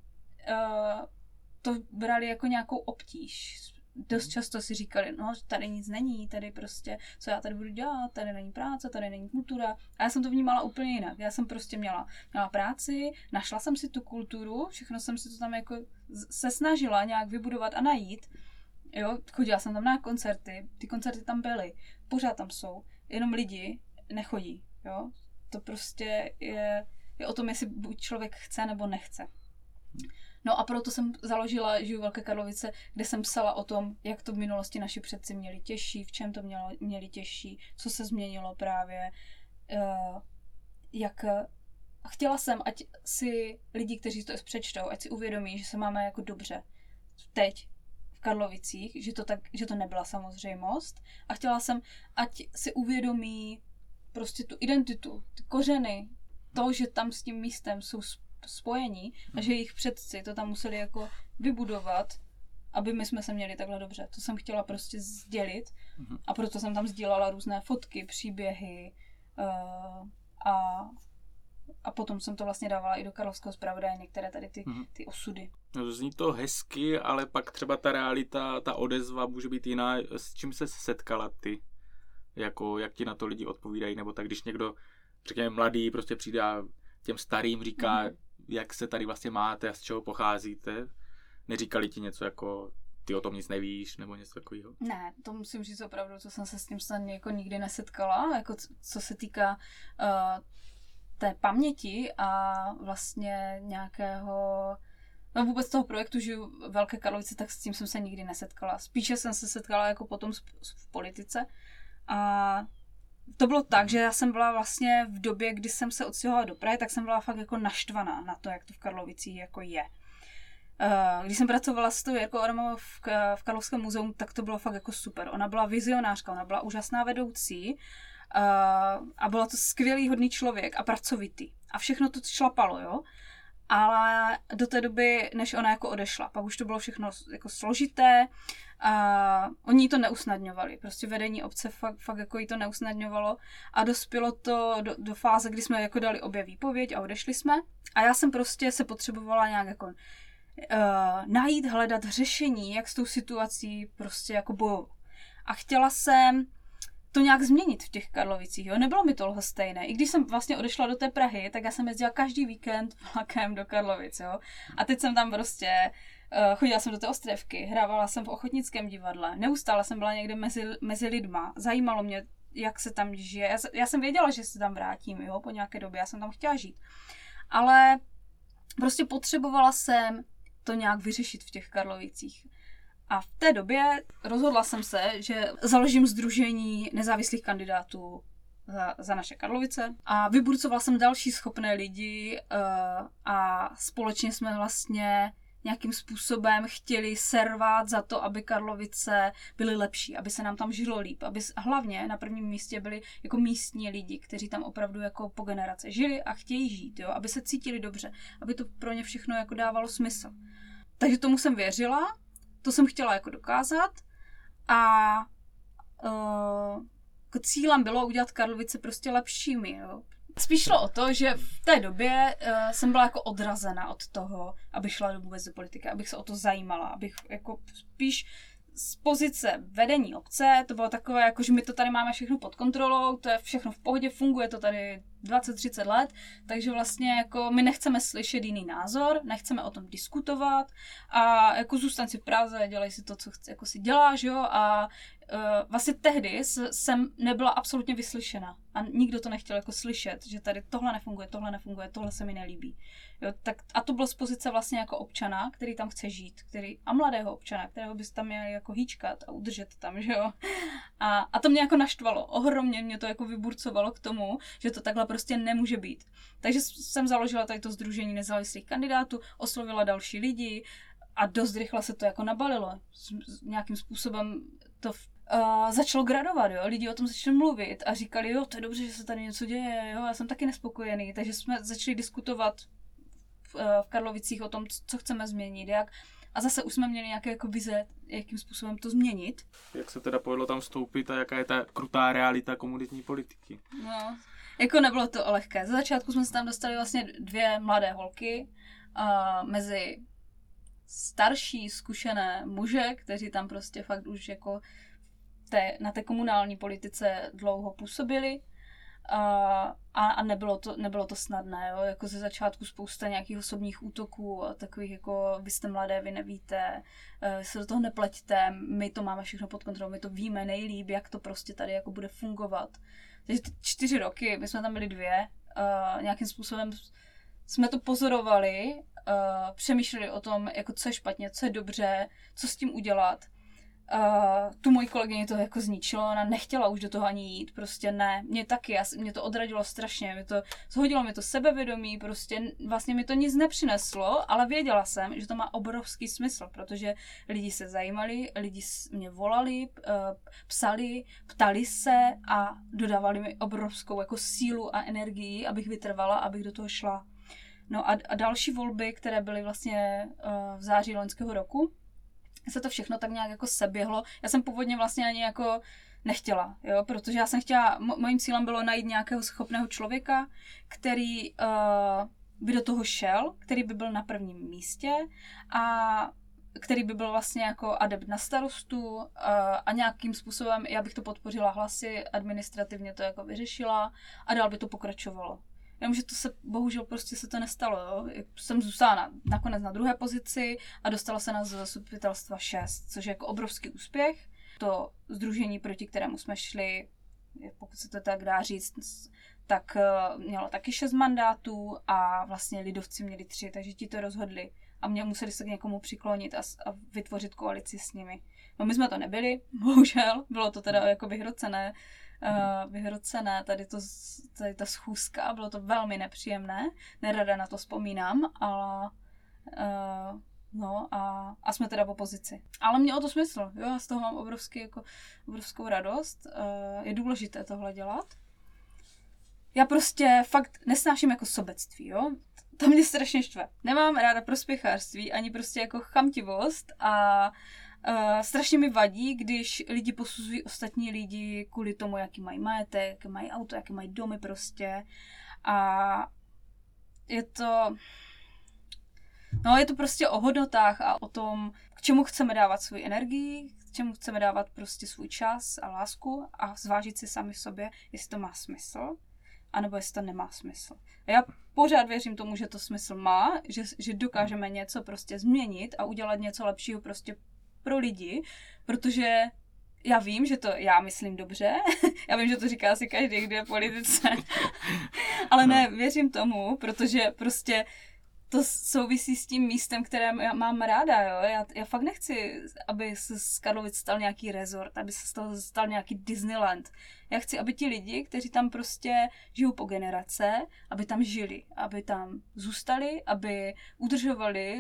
to brali jako nějakou obtíž. Dost často si říkali, no tady nic není, tady prostě, co já tady budu dělat, tady není práce, tady není kultura. A já jsem to vnímala úplně jinak. Já jsem prostě měla práci, našla jsem si tu kulturu, všechno jsem si to tam jako se snažila nějak vybudovat a najít. Jo, chodila jsem tam na koncerty, ty koncerty tam byly, pořád tam jsou, jenom lidi nechodí, jo. To prostě je o tom, jestli buď člověk chce nebo nechce. No a proto jsem založila Žiju Velké Karlovice, kde jsem psala o tom, jak to v minulosti naši předci měli těžší, v čem to měli těžší, co se změnilo právě, a chtěla jsem, ať si lidi, kteří to přečtou, ať si uvědomí, že se máme jako dobře teď, Karlovicích, že to nebyla samozřejmost a chtěla jsem, ať si uvědomí prostě tu identitu, ty kořeny, to, že tam s tím místem jsou spojení a že jejich předci to tam museli jako vybudovat, aby my jsme se měli takhle dobře. To jsem chtěla prostě sdělit a proto jsem tam sdílala různé fotky, příběhy a potom jsem to vlastně dávala i do Karlovského zpravodaje, některé tady ty osudy. No, zní to hezky, ale pak třeba ta realita, ta odezva může být jiná. S čím se setkala ty? Jako, jak ti na to lidi odpovídají? Nebo tak, když někdo, řekněme, mladý prostě přijde a těm starým říká, jak se tady vlastně máte a z čeho pocházíte? Neříkali ti něco jako, ty o tom nic nevíš, nebo něco takového? Ne, to musím říct opravdu, co jsem se s tím jako nikdy nesetkala. Jako co se týká té paměti a vlastně nějakého, no vůbec toho projektu Žiju Velké Karlovice, tak s tím jsem se nikdy nesetkala. Spíše jsem se setkala jako potom v politice a to bylo tak, že já jsem byla vlastně v době, kdy jsem se odstěhovala do Prahy, tak jsem byla fakt jako naštvaná na to, jak to v Karlovicích jako je. Když jsem pracovala s tou Jirkou Adamovou v Karlovském muzeu, tak to bylo fakt jako super. Ona byla vizionářka, ona byla úžasná vedoucí, a byl to skvělý, hodný člověk a pracovitý. A všechno to šlapalo, jo. Ale do té doby, než ona jako odešla, pak už to bylo všechno jako složité. Oni jí to neusnadňovali. Prostě vedení obce fakt jako jí to neusnadňovalo. A dospělo to do fáze, kdy jsme jako dali obě výpověď a odešli jsme. A já jsem prostě se potřebovala nějak jako najít, hledat řešení, jak s tou situací prostě jako bojovat. A chtěla jsem to nějak změnit v těch Karlovicích, jo. Nebylo mi to lhostejné. I když jsem vlastně odešla do té Prahy, tak já jsem jezdila každý víkend vlakem do Karlovic, jo. A teď jsem tam prostě, chodila jsem do té Ostravky, hrávala jsem v Ochotnickém divadle, neustále jsem byla někde mezi lidma, zajímalo mě, jak se tam žije. Já jsem věděla, že se tam vrátím, jo, po nějaké době, já jsem tam chtěla žít. Ale prostě potřebovala jsem to nějak vyřešit v těch Karlovicích. A v té době rozhodla jsem se, že založím sdružení nezávislých kandidátů za naše Karlovice a vyburcovala jsem další schopné lidi a společně jsme vlastně nějakým způsobem chtěli servát za to, aby Karlovice byly lepší, aby se nám tam žilo líp, aby hlavně na prvním místě byli jako místní lidi, kteří tam opravdu jako po generace žili a chtějí žít, jo, aby se cítili dobře, aby to pro ně všechno jako dávalo smysl. Takže tomu jsem věřila, to jsem chtěla jako dokázat a cílem bylo udělat Karlovice prostě lepšími, jo. Spíš šlo o to, že v té době jsem byla jako odrazena od toho, abych šla vůbec do politiky, abych se o to zajímala, abych jako spíš z pozice vedení obce, to bylo takové, jako, že my to tady máme všechno pod kontrolou, to je všechno v pohodě, funguje to tady 20-30 let, takže vlastně jako my nechceme slyšet jiný názor, nechceme o tom diskutovat a jako zůstaň si v Praze, dělej si to, co jako si děláš, jo, a vlastně tehdy jsem nebyla absolutně vyslyšena a nikdo to nechtěl jako slyšet, že tady tohle nefunguje, tohle se mi nelíbí. Jo, tak, a to bylo z pozice vlastně jako občana, který tam chce žít, a mladého občana, kterého bys tam měl jako hýčkat a udržet tam, že jo. A to mě jako naštvalo, ohromně mě to jako vyburcovalo k tomu, že to takhle prostě nemůže být. Takže jsem založila tady to sdružení nezávislých kandidátů, oslovila další lidi a dost rychle se to jako nabalilo. Nějakým způsobem to začalo gradovat, jo, lidi o tom začali mluvit a říkali, jo, to je dobře, že se tady něco děje, jo, já jsem taky nespokojený, takže jsme začali diskutovat v Karlovicích o tom, co chceme změnit, jak. A zase už jsme měli nějaké jako vize, jakým způsobem to změnit. Jak se teda povedlo tam vstoupit a jaká je ta krutá realita komunitní politiky? No, jako nebylo to lehké. Za začátku jsme se tam dostali vlastně 2 mladé holky mezi starší, zkušené muže, kteří tam prostě fakt už jako na té komunální politice dlouho působili. A nebylo to snadné, jo? Jako ze začátku spousta nějakých osobních útoků a takových jako vy jste mladé, vy nevíte, se do toho nepleťte, my to máme všechno pod kontrolou, my to víme nejlíp, jak to prostě tady jako bude fungovat. Takže 4 roky, my jsme tam byli 2, nějakým způsobem jsme to pozorovali, přemýšleli o tom, jako co je špatně, co je dobře, co s tím udělat. Tu moji kolegyni to jako zničilo, ona nechtěla už do toho ani jít, prostě ne, mě taky, mě to odradilo strašně, zhodilo mi to sebevědomí, prostě vlastně mi to nic nepřineslo, ale věděla jsem, že to má obrovský smysl, protože lidi se zajímali, lidi mě volali, psali, ptali se a dodávali mi obrovskou jako sílu a energii, abych vytrvala, abych do toho šla. No a další volby, které byly vlastně v září loňského roku, se to všechno tak nějak jako seběhlo. Já jsem původně vlastně ani jako nechtěla, jo, protože já jsem chtěla, mojím cílem bylo najít nějakého schopného člověka, který by do toho šel, který by byl na prvním místě a který by byl vlastně jako adept na starostu a nějakým způsobem, já bych to podpořila hlasy, administrativně to jako vyřešila a dál by to pokračovalo. Jenomže to se, bohužel prostě se to nestalo, jo. Jsem zůstala nakonec na 2. pozici a dostala se na zastupitelstva 6, což je jako obrovský úspěch. To sdružení, proti kterému jsme šli, pokud se to tak dá říct, tak mělo taky 6 mandátů a vlastně lidovci měli 3, takže ti to rozhodli a museli se k někomu přiklonit a vytvořit koalici s nimi. No my jsme to nebyli, bohužel, bylo to teda jako vyhrocené tady ta schůzka, bylo to velmi nepříjemné, nerada na to vzpomínám, ale a jsme teda v opozici. Ale mělo to smysl, jo, já z toho mám obrovskou radost, je důležité tohle dělat. Já prostě fakt nesnáším jako sobectví, jo, to mě strašně štve. Nemám ráda prospěchářství, ani prostě jako chamtivost a strašně mi vadí, když lidi posuzují ostatní lidi kvůli tomu, jaký mají majetek, jaké mají auto, jaké mají domy prostě. A je to prostě o hodnotách a o tom, k čemu chceme dávat svou energii, k čemu chceme dávat prostě svůj čas a lásku a zvážit si sami sobě, jestli to má smysl, anebo jestli to nemá smysl. A já pořád věřím tomu, že to smysl má, že dokážeme něco prostě změnit a udělat něco lepšího prostě pro lidi, protože já vím, že to já myslím dobře, já vím, že to říká asi každý, kdo je v politice, ale ne, věřím tomu, protože prostě to souvisí s tím místem, které já mám ráda, jo. Já fakt nechci, aby se z Karlovic stal nějaký resort, aby se z toho stal nějaký Disneyland. Já chci, aby ti lidi, kteří tam prostě žijou po generace, aby tam žili, aby tam zůstali, aby udržovali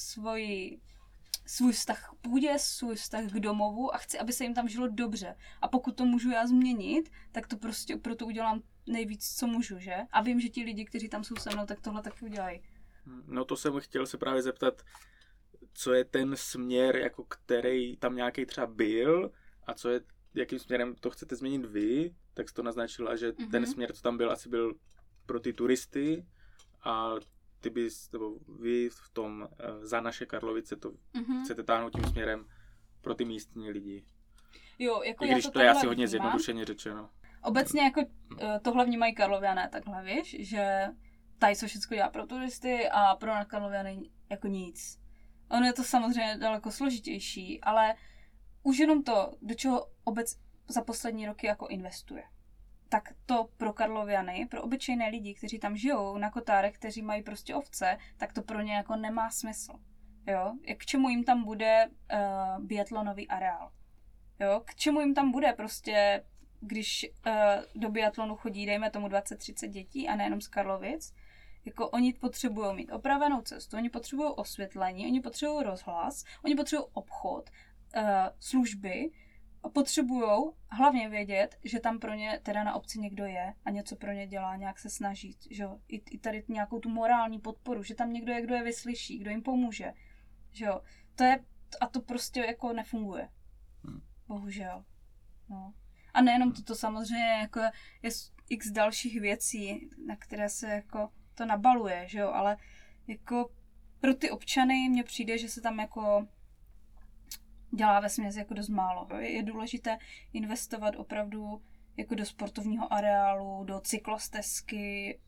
svůj vztah k půdě, svůj vztah k domovu a chci, aby se jim tam žilo dobře. A pokud to můžu já změnit, tak to prostě proto udělám nejvíc, co můžu, že? A vím, že ti lidi, kteří tam jsou se mnou, tak tohle taky udělají. No to jsem chtěl se právě zeptat, co je ten směr, jako který tam nějaký třeba byl a co je, jakým směrem to chcete změnit vy, tak jsi to naznačila, že ten směr, co tam byl, asi byl pro ty turisty a ty bys, nebo vy v tom za naše Karlovice to chcete táhnout tím směrem pro ty místní lidi. Jo, jako i když já to je asi hodně vnímám. zjednodušeně řečeno. Obecně jako tohle vnímají Karloviané takhle, víš, že tady se všechno dělá pro turisty a pro Karloviany jako nic. Ono je to samozřejmě daleko složitější, ale už jenom to, do čeho obec za poslední roky jako investuje. Tak to pro Karloviany, pro obyčejné lidi, kteří tam žijou na Kotárech, kteří mají prostě ovce, tak to pro ně jako nemá smysl. Jo? K čemu jim tam bude biatlonový areál? Jo? K čemu jim tam bude prostě, když do biatlonu chodí, dejme tomu 20-30 dětí a nejenom z Karlovic, jako oni potřebují mít opravenou cestu, oni potřebují osvětlení, oni potřebují rozhlas, oni potřebují obchod, služby, potřebují hlavně vědět, že tam pro ně teda na obci někdo je a něco pro ně dělá, nějak se snaží, že jo, i tady nějakou tu morální podporu, že tam někdo je, kdo je vyslyší, kdo jim pomůže, že jo, to je, a to prostě jako nefunguje, bohužel, no. A nejenom toto samozřejmě, jako je x dalších věcí, na které se jako to nabaluje, že jo, ale jako pro ty občany mně přijde, že se tam jako dělá vesměs jako dost málo. Je důležité investovat opravdu jako do sportovního areálu, do cyklostezky,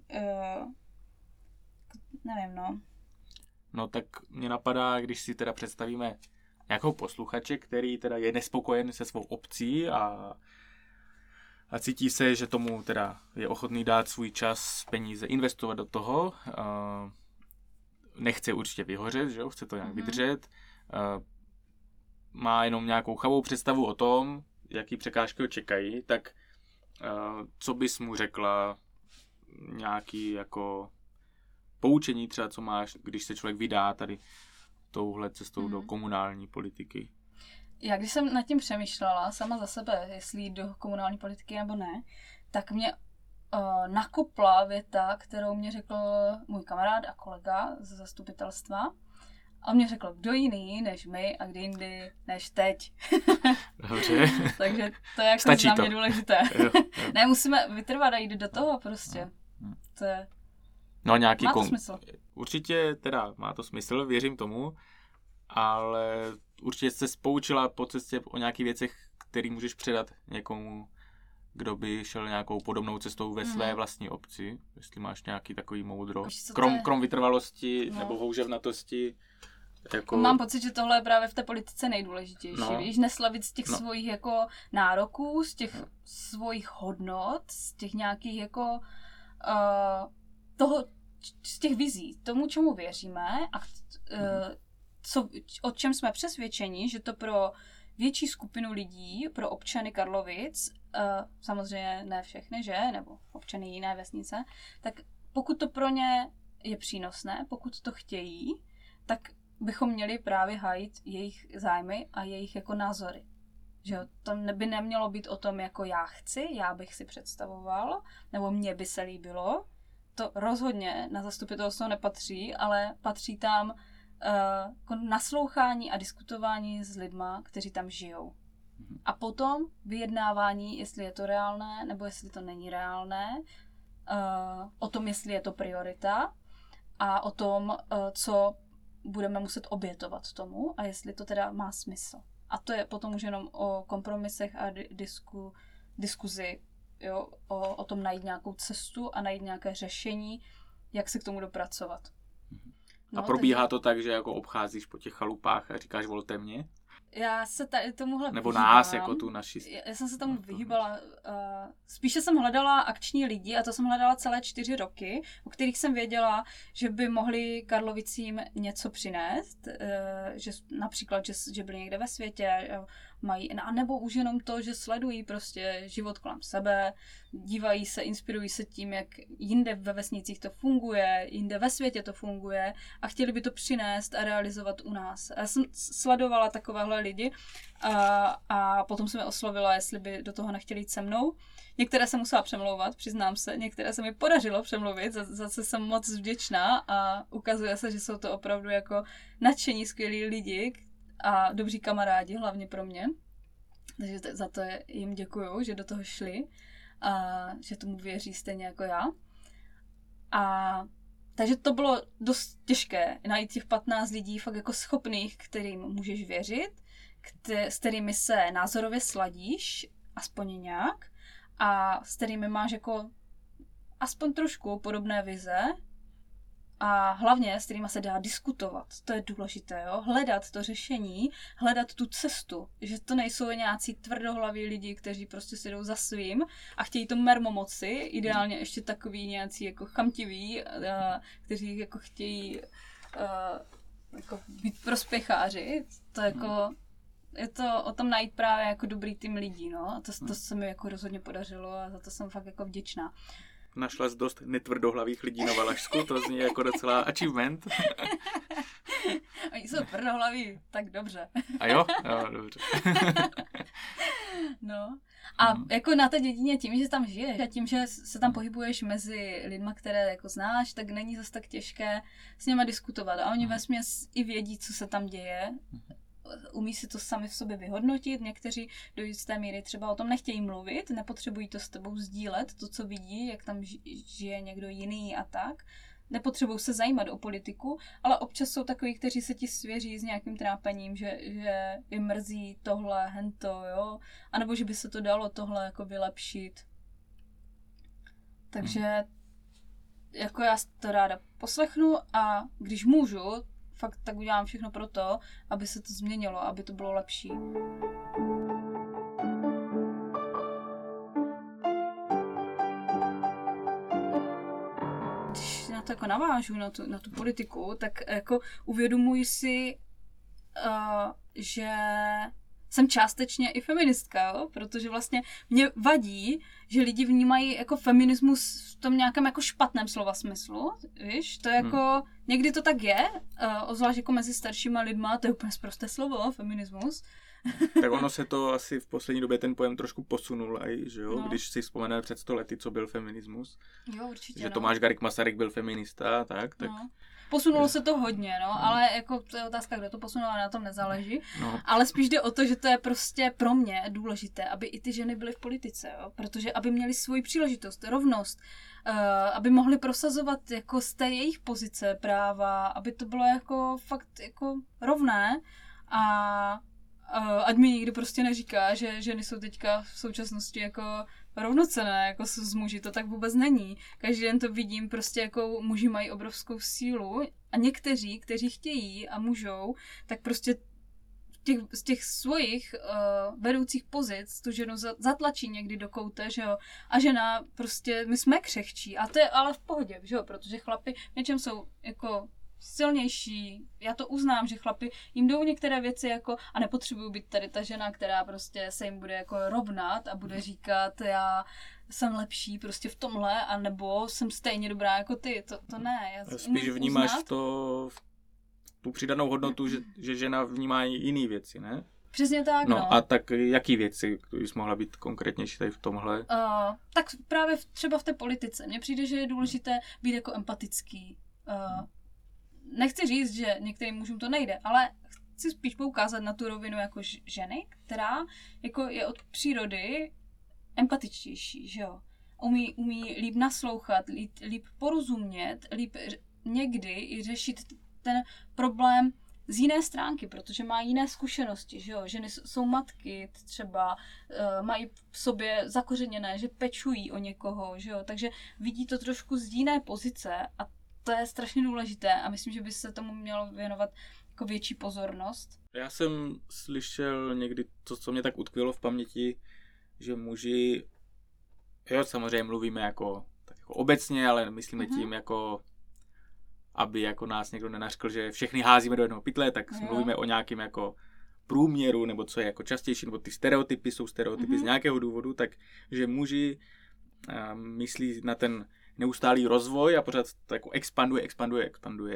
nevím, no. No tak mě napadá, když si teda představíme nějakou posluchače, který teda je nespokojen se svou obcí a cítí se, že tomu teda je ochotný dát svůj čas, peníze, investovat do toho. Nechce určitě vyhořet, že jo? Chce to nějak vydržet. Má jenom nějakou chabou představu o tom, jaký překážky ho čekají, tak co bys mu řekla, nějaký jako poučení třeba, co máš, když se člověk vydá tady touhle cestou do komunální politiky? Já když jsem nad tím přemýšlela sama za sebe, jestli jít do komunální politiky nebo ne, tak mě nakopla věta, kterou mě řekl můj kamarád a kolega ze zastupitelstva. A on mě řekl, kdo jiný než my a kdy jindy než teď. Dobře. Takže to je jako Stačí za to. mě důležité. Jo. Ne, musíme vytrvat a jít do toho prostě. To je... No nějaký Má to smysl. Určitě teda má to smysl, věřím tomu, ale určitě jsi se poučila po cestě o nějakých věcech, který můžeš předat někomu, kdo by šel nějakou podobnou cestou ve své vlastní obci. Jestli máš nějaký takový moudro. Krom vytrvalosti nebo houževnatosti. Jako... Mám pocit, že tohle je právě v té politice nejdůležitější. No. Víš, neslavit z těch svojich jako nároků, z těch svojich hodnot, z těch nějakých jako z těch vizí, tomu, čemu věříme a o čem jsme přesvědčeni, že to pro větší skupinu lidí, pro občany Karlovic, samozřejmě ne všechny, že, nebo občany jiné vesnice, tak pokud to pro ně je přínosné, pokud to chtějí, tak bychom měli právě hájit jejich zájmy a jejich jako názory. Že to by nemělo být o tom, jako já chci, já bych si představoval, nebo mně by se líbilo. To rozhodně na zastupitelstvo nepatří, ale patří tam naslouchání a diskutování s lidma, kteří tam žijou. A potom vyjednávání, jestli je to reálné, nebo jestli to není reálné, o tom, jestli je to priorita a o tom, co budeme muset obětovat tomu a jestli to teda má smysl. A to je potom už jenom o kompromisech a diskuzi, jo, o tom najít nějakou cestu a najít nějaké řešení, jak se k tomu dopracovat. No, a probíhá to tak, že jako obcházíš po těch chalupách a říkáš volte mě? Já se tady tomuhle Nebo vyhýbám. nás, jako tu naši... Já jsem se tomu vyhýbala. Spíše jsem hledala akční lidi a to jsem hledala celé 4 roky, o kterých jsem věděla, že by mohli Karlovicím něco přinést. Že například, že byli někde ve světě, mají, a nebo už jenom to, že sledují prostě život kolem sebe, dívají se, inspirují se tím, jak jinde ve vesnicích to funguje, jinde ve světě to funguje a chtěli by to přinést a realizovat u nás. A já jsem sledovala takovéhle lidi a potom jsem je oslovila, jestli by do toho nechtěli jít se mnou. Některé jsem musela přemlouvat, přiznám se, některé se mi podařilo přemluvit, za co jsem moc vděčná a ukazuje se, že jsou to opravdu jako nadšení, skvělí lidi a dobří kamarádi, hlavně pro mě. Takže za to jim děkuju, že do toho šli a že tomu věří stejně jako já. Takže to bylo dost těžké najít těch 15 lidí fakt jako schopných, kterým můžeš věřit, s kterými se názorově sladíš, aspoň nějak, a s kterými máš jako aspoň trošku podobné vize a hlavně s kterými se dá diskutovat. To je důležité, jo? Hledat to řešení, hledat tu cestu, že to nejsou nějací tvrdohlaví lidi, kteří prostě si jdou za svým a chtějí to mermomoci, ideálně ještě takový nějací jako chamtiví, kteří jako chtějí jako být prospěcháři. To jako je to o tom najít právě jako dobrý tým lidí, no. A to se mi jako rozhodně podařilo a za to jsem fakt jako vděčná. Našla jsi dost netvrdohlavých lidí na Valašsku, to zní jako docela achievement. Oni jsou tvrdohlaví, tak dobře. A jo? Jo, dobře. No. A jako na té dědině tím, že tam žiješ a tím, že se tam pohybuješ mezi lidma, které jako znáš, tak není zase tak těžké s nimi diskutovat. A oni vesměs i vědí, co se tam děje. Umí si to sami v sobě vyhodnotit, někteří do jisté míry třeba o tom nechtějí mluvit, nepotřebují to s tebou sdílet, to, co vidí, jak tam žije někdo jiný a tak. Nepotřebují se zajímat o politiku, ale občas jsou takoví, kteří se ti svěří s nějakým trápením, že jim mrzí tohle, hento, jo, anebo že by se to dalo tohle jako vylepšit. Takže jako já to ráda poslechnu a když můžu, fakt tak udělám všechno pro to, aby se to změnilo, aby to bylo lepší. Když na to jako navážu, na tu politiku, tak jako uvědomuji si, že jsem částečně i feministka, jo? Protože vlastně mě vadí, že lidi vnímají jako feminismus v tom nějakém jako špatném slova smyslu, víš? To jako, někdy to tak je, ozvlášť jako mezi staršíma lidma, to je úplně sprosté slovo, feminismus. Tak ono se to asi v poslední době ten pojem trošku posunul, že jo? No. Když si vzpomeneme před 100 lety, co byl feminismus. Jo, určitě, že Tomáš Garrigue Masaryk byl feminista, tak. No. Posunulo se to hodně, no, ale jako to je otázka, kdo to posunul, na tom nezáleží. No. Ale spíš jde o to, že to je prostě pro mě důležité, aby i ty ženy byly v politice, jo? Protože aby měly svoji příležitost, rovnost, aby mohly prosazovat jako z té jejich pozice práva, aby to bylo jako fakt jako rovné a ať mi nikdo prostě neříká, že ženy jsou teďka v současnosti jako rovnocenné jako s muži, to tak vůbec není. Každý den to vidím, prostě jako muži mají obrovskou sílu a někteří, kteří chtějí a můžou, tak prostě z těch svojich vedoucích pozic tu ženu zatlačí někdy do koute, že jo, a žena prostě, my jsme křehčí a to je ale v pohodě, že jo, protože chlapi v něčem jsou jako silnější, já to uznám, že chlapi jim jdou některé věci jako a nepotřebuju být tady ta žena, která prostě se jim bude jako rovnat a bude říkat, já jsem lepší prostě v tomhle, anebo jsem stejně dobrá jako ty, to ne. Já spíš vnímáš tu přidanou hodnotu, že žena vnímá jiný věci, ne? Přesně tak, no. A tak jaký věci, bys mohla být konkrétnější tady v tomhle? Tak právě třeba v té politice. Mně přijde, že je důležité být jako empatický. Nechci říct, že některým mužům to nejde, ale chci spíš poukázat na tu rovinu jako ženy, která jako je od přírody empatičtější, že jo. Umí líp naslouchat, líp porozumět, líp někdy i řešit ten problém z jiné stránky, protože má jiné zkušenosti, že jo. Ženy jsou matky třeba, mají v sobě zakořeněné, že pečují o někoho, že jo. Takže vidí to trošku z jiné pozice a to je strašně důležité a myslím, že by se tomu mělo věnovat jako větší pozornost. Já jsem slyšel někdy to, co mě tak utkvělo v paměti, že muži, jo, samozřejmě mluvíme jako, tak jako obecně, ale myslíme tím jako, aby jako nás někdo nenařkl, že všechny házíme do jednoho pytle, tak mluvíme o nějakým jako průměru, nebo co je jako častější, nebo ty stereotypy jsou stereotypy z nějakého důvodu, tak že muži myslí na ten neustálý rozvoj a pořád to jako expanduje.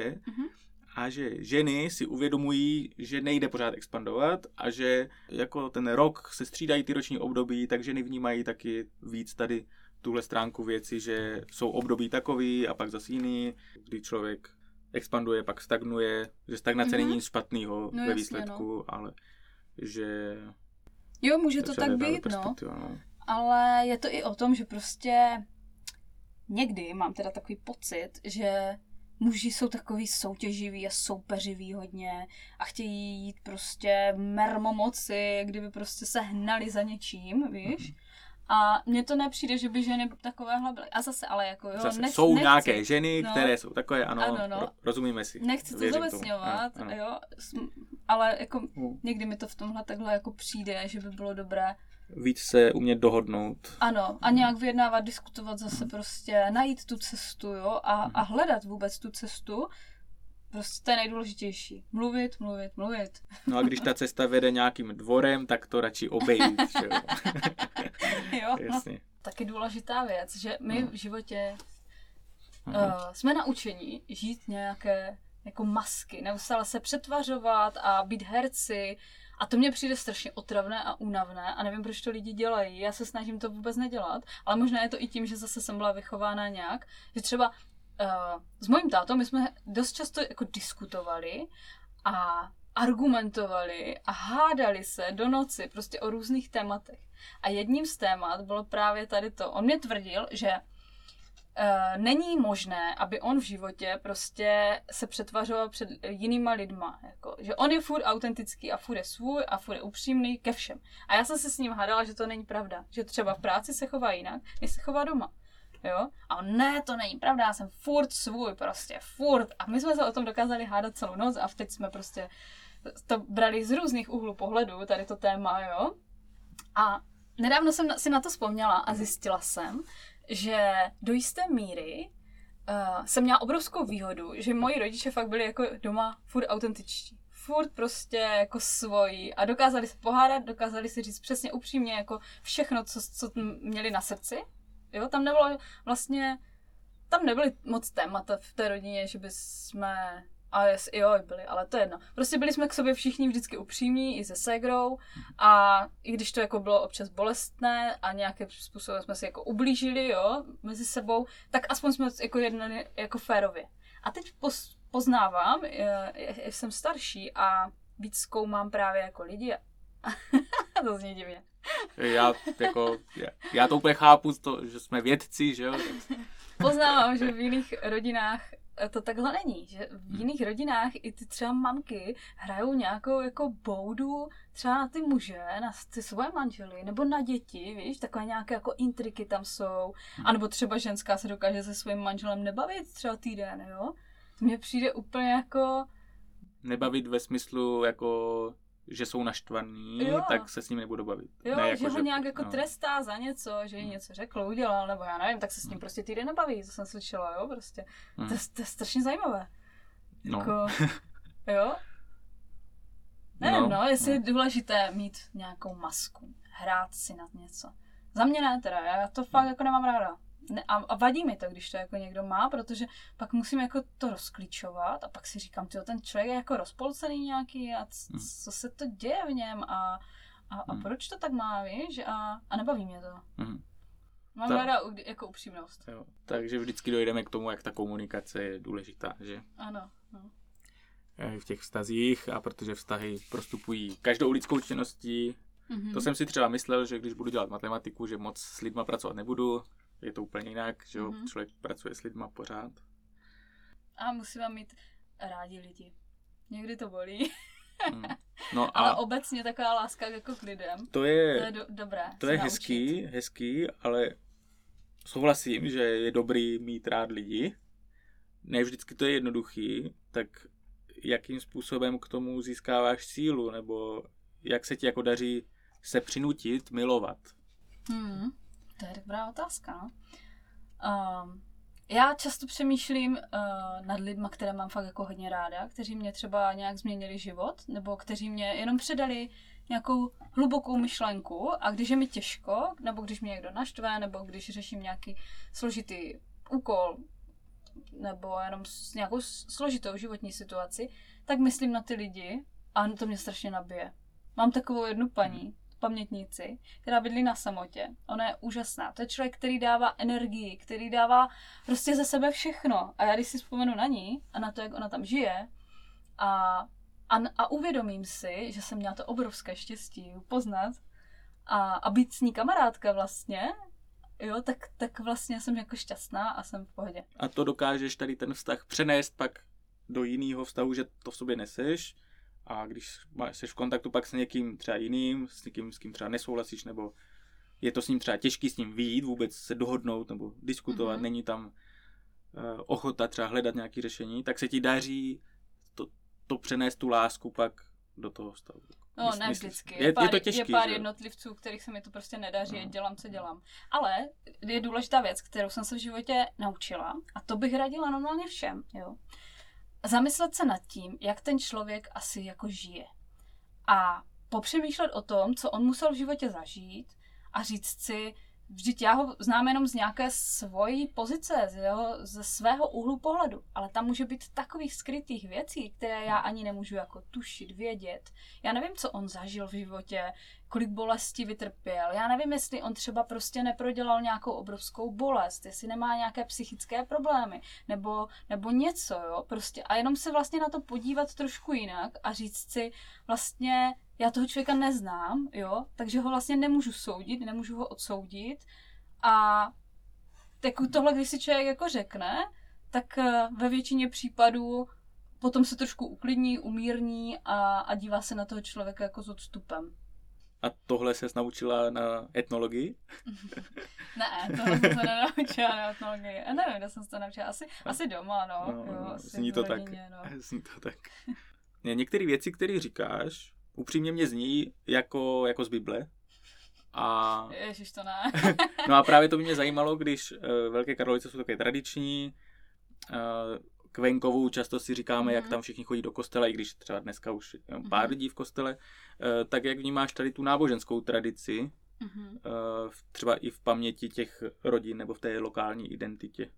A že ženy si uvědomují, že nejde pořád expandovat a že jako ten rok se střídají ty roční období, tak ženy vnímají taky víc tady tuhle stránku věci, že jsou období takový a pak zase jiný, kdy člověk expanduje, pak stagnuje, že stagnace není nic špatného ve výsledku, ale že... Jo, může to tak být, no. Ale je to i o tom, že prostě někdy mám teda takový pocit, že muži jsou takový soutěživí a soupeřiví hodně a chtějí jít prostě mermomoci, kdyby prostě se hnali za něčím, víš? A mně to nepřijde, že by ženy takovéhle byly. A zase, ale jako jo, jsou nějaké ženy, které jsou takové, ano. Rozumíme si. Nechci to zalesňovat, jo, ale jako někdy mi to v tomhle takhle jako přijde, že by bylo dobré víc se umět dohodnout. Ano, a nějak vyjednávat, diskutovat zase prostě, najít tu cestu, jo, a hledat vůbec tu cestu. Prostě to je nejdůležitější. Mluvit. No a když ta cesta vede nějakým dvorem, tak to radši obejít, že jo? Jo, jasně. Taky důležitá věc, že my v životě jsme naučeni žít nějaké jako masky, neustále se přetvařovat a být herci. A to mně přijde strašně otravné a únavné a nevím, proč to lidi dělají. Já se snažím to vůbec nedělat, ale možná je to i tím, že zase jsem byla vychována nějak, že třeba s mojím tátou my jsme dost často jako diskutovali a argumentovali a hádali se do noci prostě o různých tématech. A jedním z témat bylo právě tady to. On mě tvrdil, že není možné, aby on v životě prostě se přetvařoval před jinýma lidma. Jako, že on je furt autentický a furt je svůj a furt je upřímný ke všem. A já jsem se s ním hádala, že to není pravda. Že třeba v práci se chová jinak, než se chová doma. Jo? A on, ne, to není pravda, já jsem furt svůj, prostě furt. A my jsme se o tom dokázali hádat celou noc a teď jsme prostě to brali z různých úhlů pohledu, tady to téma, jo. A nedávno jsem si na to vzpomněla a zjistila jsem, že do jisté míry jsem měla obrovskou výhodu, že moji rodiče fakt byli jako doma furt autentičtí. Furt prostě jako svoji a dokázali se pohádat, dokázali si říct přesně upřímně jako všechno, co měli na srdci. Jo, tam nebylo vlastně, tam nebyly moc témata v té rodině, že by jsme, byli, ale to je jedno. Prostě byli jsme k sobě všichni vždycky upřímní, i se ségrou a i když to jako bylo občas bolestné a nějakým způsobem jsme si jako ublížili, jo, mezi sebou, tak aspoň jsme jako jednali jako férově. A teď poznávám, jsem starší a víc zkoumám právě jako lidi a to zní divně. Já to úplně chápu, že jsme vědci, že jo? Poznávám, že v jiných rodinách to takhle není, že v jiných rodinách i ty třeba mamky hrajou nějakou jako boudu třeba na ty muže, na ty svoje manžely, nebo na děti, víš, takové nějaké jako intriky tam jsou, anebo třeba ženská se dokáže se svým manželem nebavit třeba týden, jo? To mně přijde úplně jako... Nebavit ve smyslu jako... že jsou naštvaný, tak se s ním nebudu bavit. Jo, ne, jako, že ho nějak jako trestá za něco, že jí něco řekl, udělal, nebo já nevím, tak se s ním prostě týden nebaví, to jsem slyšela, jo, prostě. To je strašně zajímavé. Jako, jo? Nevím, jestli je důležité mít nějakou masku, hrát si na něco. Za mě ne teda, já to fakt jako nemám ráda. A vadí mi to, když to jako někdo má, protože pak musím jako to rozklíčovat a pak si říkám, ten člověk je jako rozpolcený nějaký a co se to děje v něm a proč to tak má, víš, a nebaví mě to. Mám ráda jako upřímnost. Jo. Takže vždycky dojdeme k tomu, jak ta komunikace je důležitá, že? Ano. No. V těch vztazích a protože vztahy prostupují každou lidskou činností. To jsem si třeba myslel, že když budu dělat matematiku, že moc s lidma pracovat nebudu. Je to úplně jinak, že člověk pracuje s lidma pořád. A musíme mít rádi lidi. Někdy to bolí. No ale obecně taková láska jako k lidem. To je dobré. To je hezký, ale souhlasím, že je dobrý mít rád lidi. Ne vždycky to je jednoduchý, tak jakým způsobem k tomu získáváš sílu, nebo jak se ti jako daří se přinutit milovat? To je dobrá otázka, no. Já často přemýšlím nad lidma, které mám fakt jako hodně ráda, kteří mě třeba nějak změnili život, nebo kteří mě jenom předali nějakou hlubokou myšlenku a když je mi těžko, nebo když mě někdo naštve, nebo když řeším nějaký složitý úkol, nebo jenom nějakou složitou životní situaci, tak myslím na ty lidi a to mě strašně nabije. Mám takovou jednu paní, pamětnici, která bydlí na samotě. Ona je úžasná. To je člověk, který dává energii, který dává prostě ze sebe všechno. A já když si vzpomenu na ní a na to, jak ona tam žije a uvědomím si, že jsem měla to obrovské štěstí ji poznat a být s ní kamarádka vlastně, jo, tak vlastně jsem jako šťastná a jsem v pohodě. A to dokážeš tady ten vztah přenést pak do jiného vztahu, že to v sobě neseš, a když jsi v kontaktu pak s někým třeba jiným, s někým, s kým třeba nesouhlasíš, nebo je to s ním třeba těžký s ním vyjít, vůbec se dohodnout nebo diskutovat, není tam ochota třeba hledat nějaké řešení, tak se ti daří to přenést tu lásku pak do toho vztahu. No, ne vždycky. Je to těžký, je pár jednotlivců, kterých se mi to prostě nedaří, dělám, co dělám. Ale je důležitá věc, kterou jsem se v životě naučila, a to bych radila normálně všem, jo. Zamyslet se nad tím, jak ten člověk asi jako žije. A popřemýšlet o tom, co on musel v životě zažít a říct si, vždyť já ho znám jenom z nějaké svojí pozice, ze svého úhlu pohledu, ale tam může být takových skrytých věcí, které já ani nemůžu jako tušit, vědět. Já nevím, co on zažil v životě, kolik bolesti vytrpěl. Já nevím, jestli on třeba prostě neprodělal nějakou obrovskou bolest, jestli nemá nějaké psychické problémy, nebo něco, jo, prostě. A jenom se vlastně na to podívat trošku jinak a říct si, vlastně já toho člověka neznám, jo, takže ho vlastně nemůžu soudit, nemůžu ho odsoudit. A tak tohle, když si člověk jako řekne, tak ve většině případů potom se trošku uklidní, umírní a dívá se na toho člověka jako s odstupem. A tohle ses naučila na etnologii? Ne, tohle jsem se nenaučila na etnologii. A nevím, kde jsem se to naučila. Asi doma, no. Jo, zní to rodině, tak. No. Zní to tak. Některé věci, které říkáš, upřímně mě zní jako z Bible. A... Ježiš, to ne. No a právě to by mě zajímalo, když Velké Karlovice jsou také tradiční, k venkovu často si říkáme, jak tam všichni chodí do kostela, i když třeba dneska už je pár lidí v kostele, tak jak vnímáš tady tu náboženskou tradici, třeba i v paměti těch rodin nebo v té lokální identitě?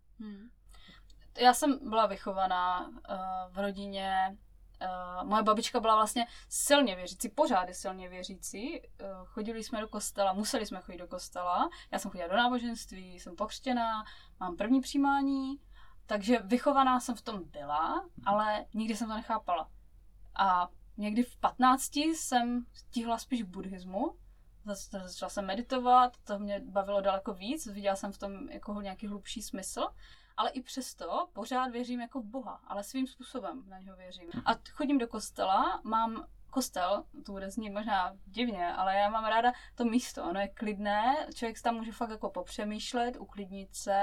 Já jsem byla vychovaná v rodině. Moje babička byla vlastně silně věřící, pořád je silně věřící. Chodili jsme do kostela, museli jsme chodit do kostela. Já jsem chodila do náboženství, jsem pokřtěná, mám první přijímání, takže vychovaná jsem v tom byla, ale nikdy jsem to nechápala. A někdy v 15 jsem stihla spíš k buddhismu. Začala jsem meditovat, to mě bavilo daleko víc, viděla jsem v tom jako nějaký hlubší smysl. Ale i přesto pořád věřím jako v Boha, ale svým způsobem na něho věřím. A chodím do kostela, mám kostel, to bude znít možná divně, ale já mám ráda to místo, ono je klidné, člověk tam může fakt jako popřemýšlet, uklidnit se,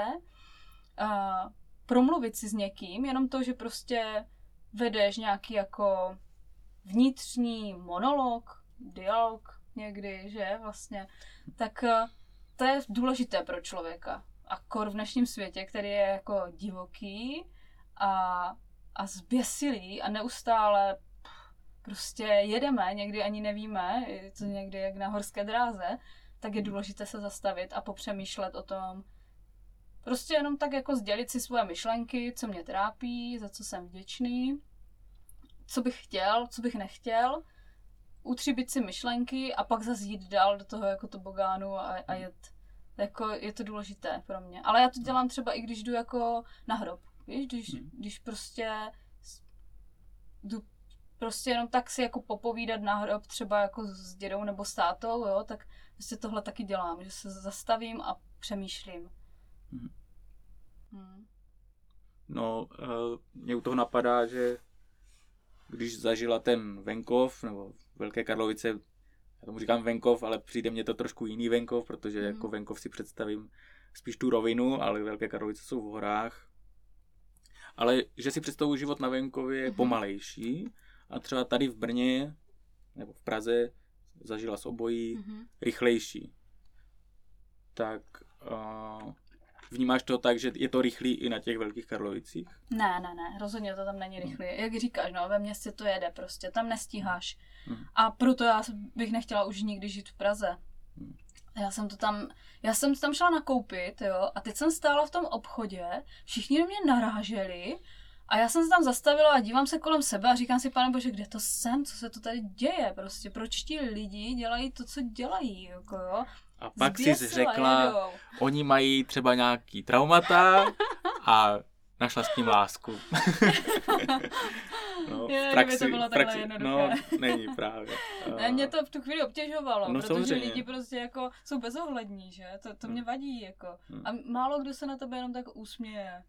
promluvit si s někým, jenom to, že prostě vedeš nějaký jako vnitřní monolog, dialog někdy, že vlastně, tak to je důležité pro člověka. A kor v dnešním světě, který je jako divoký a zběsilý a neustále prostě jedeme, někdy ani nevíme, je to někdy jak na horské dráze, tak je důležité se zastavit a popřemýšlet o tom, prostě jenom tak jako sdělit si svoje myšlenky, co mě trápí, za co jsem vděčný, co bych chtěl, co bych nechtěl, utříbit si myšlenky a pak zase jít dál do toho jako tobogánu a jet. Jako je to důležité pro mě. Ale já to dělám třeba i když jdu jako na hrob. Víš, když prostě jdu prostě jenom tak si jako popovídat na hrob třeba jako s dědou nebo s tátou, jo, tak prostě tohle taky dělám, že se zastavím a přemýšlím. No, mě u toho napadá, že když zažila ten venkov, nebo Velké Karlovice, já tomu říkám venkov, ale přijde mně to trošku jiný venkov, protože jako venkov si představím spíš tu rovinu, ale Velké Karlovice jsou v horách. ale že si představuji život na venkově je pomalejší a třeba tady v Brně nebo v Praze zažila s obojí rychlejší. Tak vnímáš to tak, že je to rychlý i na těch Velkých Karlovicích? Ne, rozhodně to tam není rychlý. Jak říkáš, no, ve městě to jede prostě, tam nestíháš. A proto já bych nechtěla už nikdy žít v Praze. Já jsem to tam šla nakoupit, jo, a teď jsem stála v tom obchodě, všichni do mě naráželi a já jsem se tam zastavila a dívám se kolem sebe a říkám si, Pane Bože, kde to jsem, co se to tady děje, prostě, proč ti lidi dělají to, co dělají, jako jo. A pak jsi řekla, oni mají třeba nějaký traumata a našla s tím lásku. No, v praxi, to bylo takhle jednoduché. No, není právě. Ne, mě to v tu chvíli obtěžovalo, no, protože samozřejmě. Lidi prostě jako jsou bezohlední, že? To mě vadí, jako. A málo kdo se na tebe jenom tak usměje.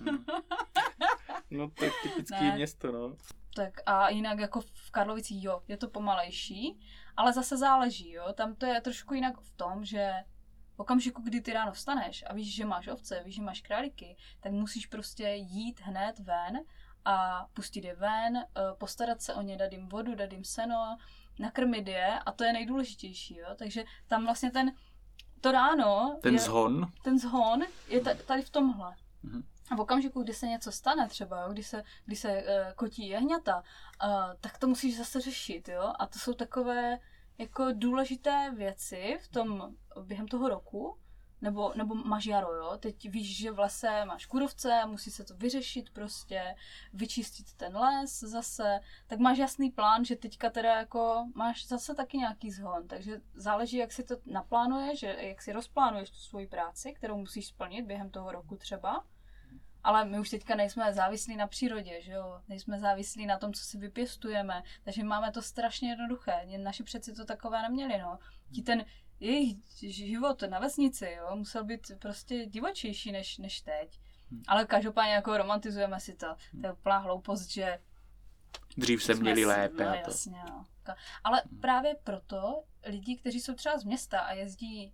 No to je typický město, no. Tak a jinak jako v Karlovicích, jo, je to pomalejší, ale zase záleží, jo. Tam to je trošku jinak v tom, že v okamžiku, kdy ty ráno vstaneš a víš, že máš ovce, víš, že máš králíky, tak musíš prostě jít hned ven a pustit je ven, postarat se o ně, dát jim vodu, dát jim seno, nakrmit je a to je nejdůležitější, jo. Takže tam vlastně to ráno... Ten zhon je tady v tomhle. A v okamžiku, kdy se něco stane třeba, jo, kdy se kotí jehňata, tak to musíš zase řešit, jo. A to jsou takové jako důležité věci během toho roku, nebo máš jaro, jo. Teď víš, že v lese máš kůrovce, musí se to vyřešit prostě, vyčistit ten les zase, tak máš jasný plán, že teďka teda jako máš zase taky nějaký zhon, takže záleží, jak si to naplánuješ, jak si rozplánuješ tu svoji práci, kterou musíš splnit během toho roku třeba. Ale my už teďka nejsme závislí na přírodě, že jo? Nejsme závislí na tom, co si vypěstujeme, takže máme to strašně jednoduché. Naši předci to takové neměli, no. Ten jejich život na vesnici, jo, musel být prostě divočejší než teď. Ale každopádně jako romantizujeme si to. To je úplná hloupost, že dřív se měli lépe. No, jasně, no. Ale právě proto lidi, kteří jsou třeba z města a jezdí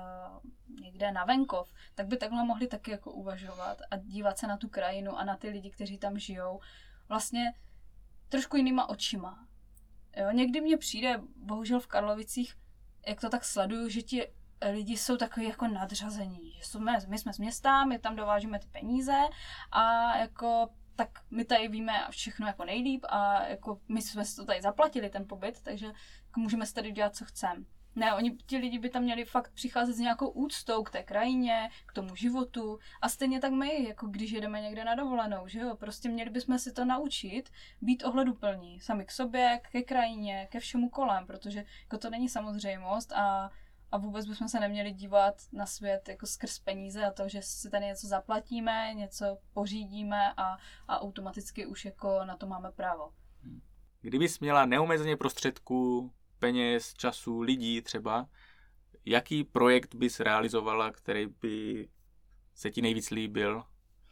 někde na venkov, tak by takhle mohli taky jako uvažovat a dívat se na tu krajinu a na ty lidi, kteří tam žijou, vlastně trošku jinýma očima. Jo, někdy mně přijde, bohužel v Karlovicích, jak to tak sleduju, že ti lidi jsou takový jako nadřazení, že my jsme z města, my tam dovážíme ty peníze a jako tak my tady víme všechno jako nejlíp a jako my jsme si to tady zaplatili ten pobyt, takže jako můžeme si tady dělat, co chceme. Ne, ti lidi by tam měli fakt přicházet s nějakou úctou k té krajině, k tomu životu a stejně tak my, jako když jedeme někde na dovolenou, že jo, prostě měli bychom si to naučit být ohleduplní sami k sobě, ke krajině, ke všemu kolem, protože jako to není samozřejmost a vůbec bychom se neměli dívat na svět jako skrz peníze a to, že si tady něco zaplatíme, něco pořídíme a automaticky už jako na to máme právo. Kdybys měla neomezeně prostředků, peněz, času, lidí třeba, jaký projekt bys realizovala, který by se ti nejvíc líbil?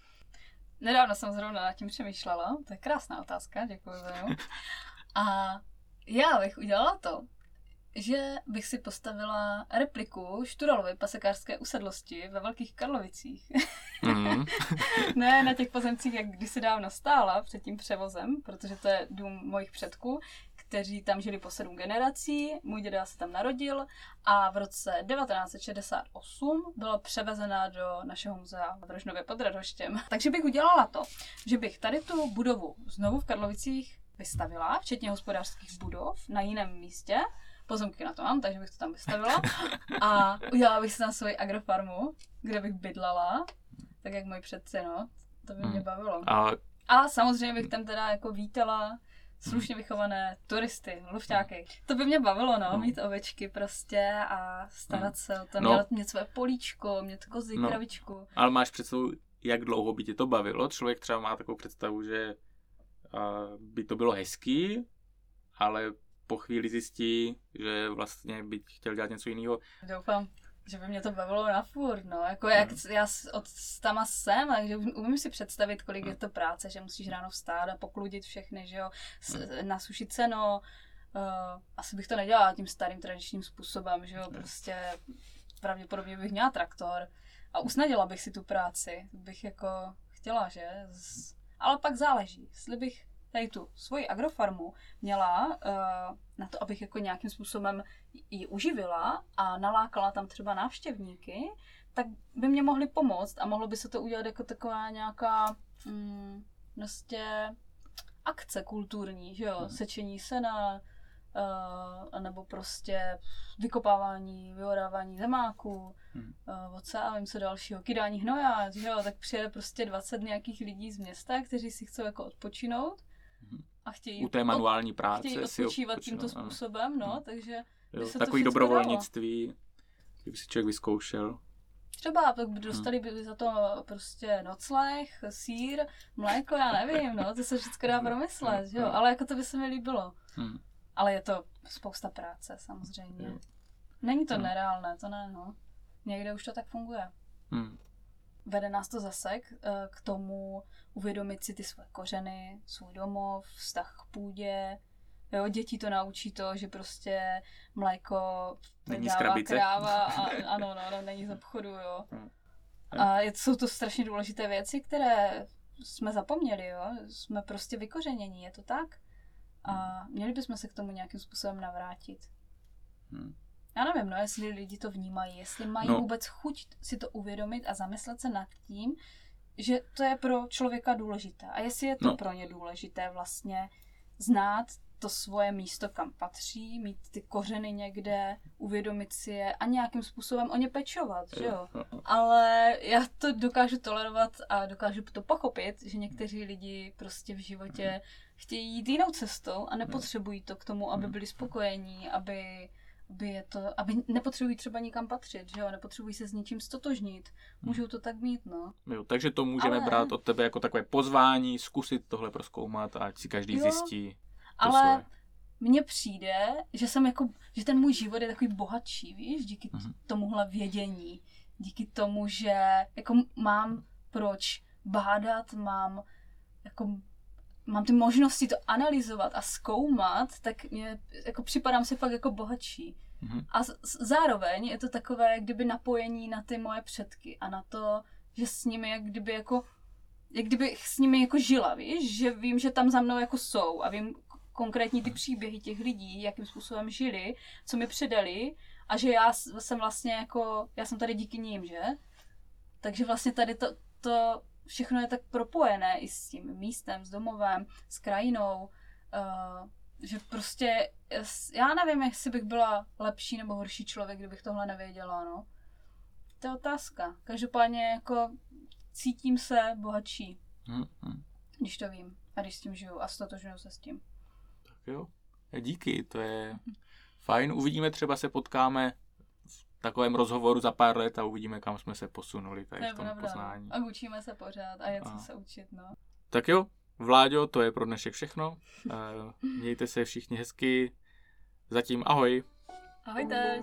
Nedávno jsem zrovna nad tím přemýšlela, to je krásná otázka, děkuji za ní. A já bych udělala to, že bych si postavila repliku Študalovy pasekářské usedlosti ve Velkých Karlovicích. Ne na těch pozemcích, jak kdysi dávno stála před tím převozem, protože to je dům mojich předků, kteří tam žili po 7 generací, můj děda se tam narodil a v roce 1968 byla převezena do našeho muzea v Rožnově pod Radhoštěm. Takže bych udělala to, že bych tady tu budovu znovu v Karlovicích vystavila, včetně hospodářských budov na jiném místě, pozemky na to mám, takže bych to tam vystavila a udělala bych si tam svoji agrofarmu, kde bych bydlala, tak jak moji předci, no, to by mě bavilo. A samozřejmě bych tam teda jako vítala slušně vychované turisty, lufťáky. To by mě bavilo, no, mít ovečky prostě a starat se o to, mít své políčko, mít kozy, kravičku. Ale máš představu, jak dlouho by tě to bavilo? Člověk třeba má takovou představu, že by to bylo hezký, ale po chvíli zjistí, že vlastně by chtěl dělat něco jiného. Doufám, že by mě to bavilo na furt, no. Jako jak já od tama jsem, takže umím si představit, kolik je to práce, že musíš ráno vstát a pokludit všechny, že jo, nasušit seno. Asi bych to nedělala tím starým tradičním způsobem, že jo, prostě pravděpodobně bych měla traktor a usnadila bych si tu práci. Bych jako chtěla, že? Ale pak záleží, jestli bych tady tu svoji agrofarmu měla na to, abych jako nějakým způsobem ji uživila a nalákala tam třeba návštěvníky, tak by mě mohli pomoct a mohlo by se to udělat jako taková nějaká prostě akce kulturní, že jo, sečení sena, nebo prostě vykopávání, vyorávání zemáků, vím co dalšího, kydání hnoja, že jo, tak přijede prostě 20 nějakých lidí z města, kteří si chcou jako odpočinout a chtějí u té manuální práce chtějí odpočívat tímto způsobem, no, takže by se takový to dobrovolnictví, kdyby si člověk vyzkoušel. Třeba dostali by za to prostě nocleh, sýr, mléko, já nevím, no, to se vždycky dá promyslet, že jo, ale jako to by se mi líbilo. Ale je to spousta práce, samozřejmě. Není to nereálné, to ne, no. Někde už to tak funguje. Vede nás to zase k tomu uvědomit si ty své kořeny, svůj domov, vztah k půdě. Jo, děti to naučí to, že prostě mléko není dává kráva a ano, není z obchodu, jo. A jsou to strašně důležité věci, které jsme zapomněli, jo. Jsme prostě vykořenění, je to tak? A měli bychom se k tomu nějakým způsobem navrátit. Já nevím, no, jestli lidi to vnímají, jestli mají vůbec chuť si to uvědomit a zamyslet se nad tím, že to je pro člověka důležité. A jestli je to pro ně důležité vlastně znát to svoje místo, kam patří, mít ty kořeny někde, uvědomit si je a nějakým způsobem o ně pečovat, že jo? Ale já to dokážu tolerovat a dokážu to pochopit, že někteří lidi prostě v životě chtějí jít jinou cestou a nepotřebují to k tomu, aby byli spokojení, aby nepotřebují třeba nikam patřit, že jo? Nepotřebují se s ničím stotožnit. Můžou to tak mít, no. Jo, takže to můžeme brát od tebe jako takové pozvání, zkusit tohle prozkoumat a ať si každý zjistí. Ale mně přijde, že ten můj život je takový bohatší, víš, díky tomuhle vědění. Díky tomu, že jako mám proč bádat, mám ty možnosti to analyzovat a zkoumat, tak mě jako připadám si fakt jako bohatší. A zároveň je to takové, jak kdyby napojení na ty moje předky a na to, že s nimi jak kdyby s nimi jako žila, víš, že vím, že tam za mnou jako jsou a vím konkrétní ty příběhy těch lidí, jakým způsobem žili, co mi předali a že já jsem vlastně jako, já jsem tady díky ním, že? Takže vlastně tady to všechno je tak propojené i s tím místem, s domovem, s krajinou, že prostě, já nevím, jestli bych byla lepší nebo horší člověk, kdybych tohle nevěděla, no. To je otázka. Každopádně jako cítím se bohatší, když to vím a když s tím žiju a stotožňuji se s tím. Tak jo, díky, to je fajn. Uvidíme, třeba se potkáme v takovém rozhovoru za pár let a uvidíme, kam jsme se posunuli tady v tom poznání. A učíme se pořád a je co se učit, no. Tak jo, Vláďo, to je pro dnešek všechno. Mějte se všichni hezky. Zatím ahoj. Ahojte.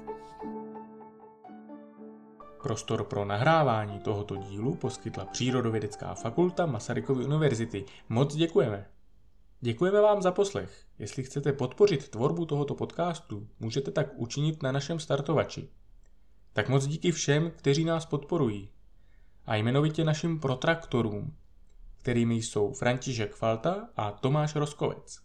Prostor pro nahrávání tohoto dílu poskytla Přírodovědecká fakulta Masarykovy univerzity. Moc děkujeme. Děkujeme vám za poslech. Jestli chcete podpořit tvorbu tohoto podcastu, můžete tak učinit na našem startovači. Tak moc díky všem, kteří nás podporují. A jmenovitě našim protraktorům, kterými jsou František Falta a Tomáš Roskovec.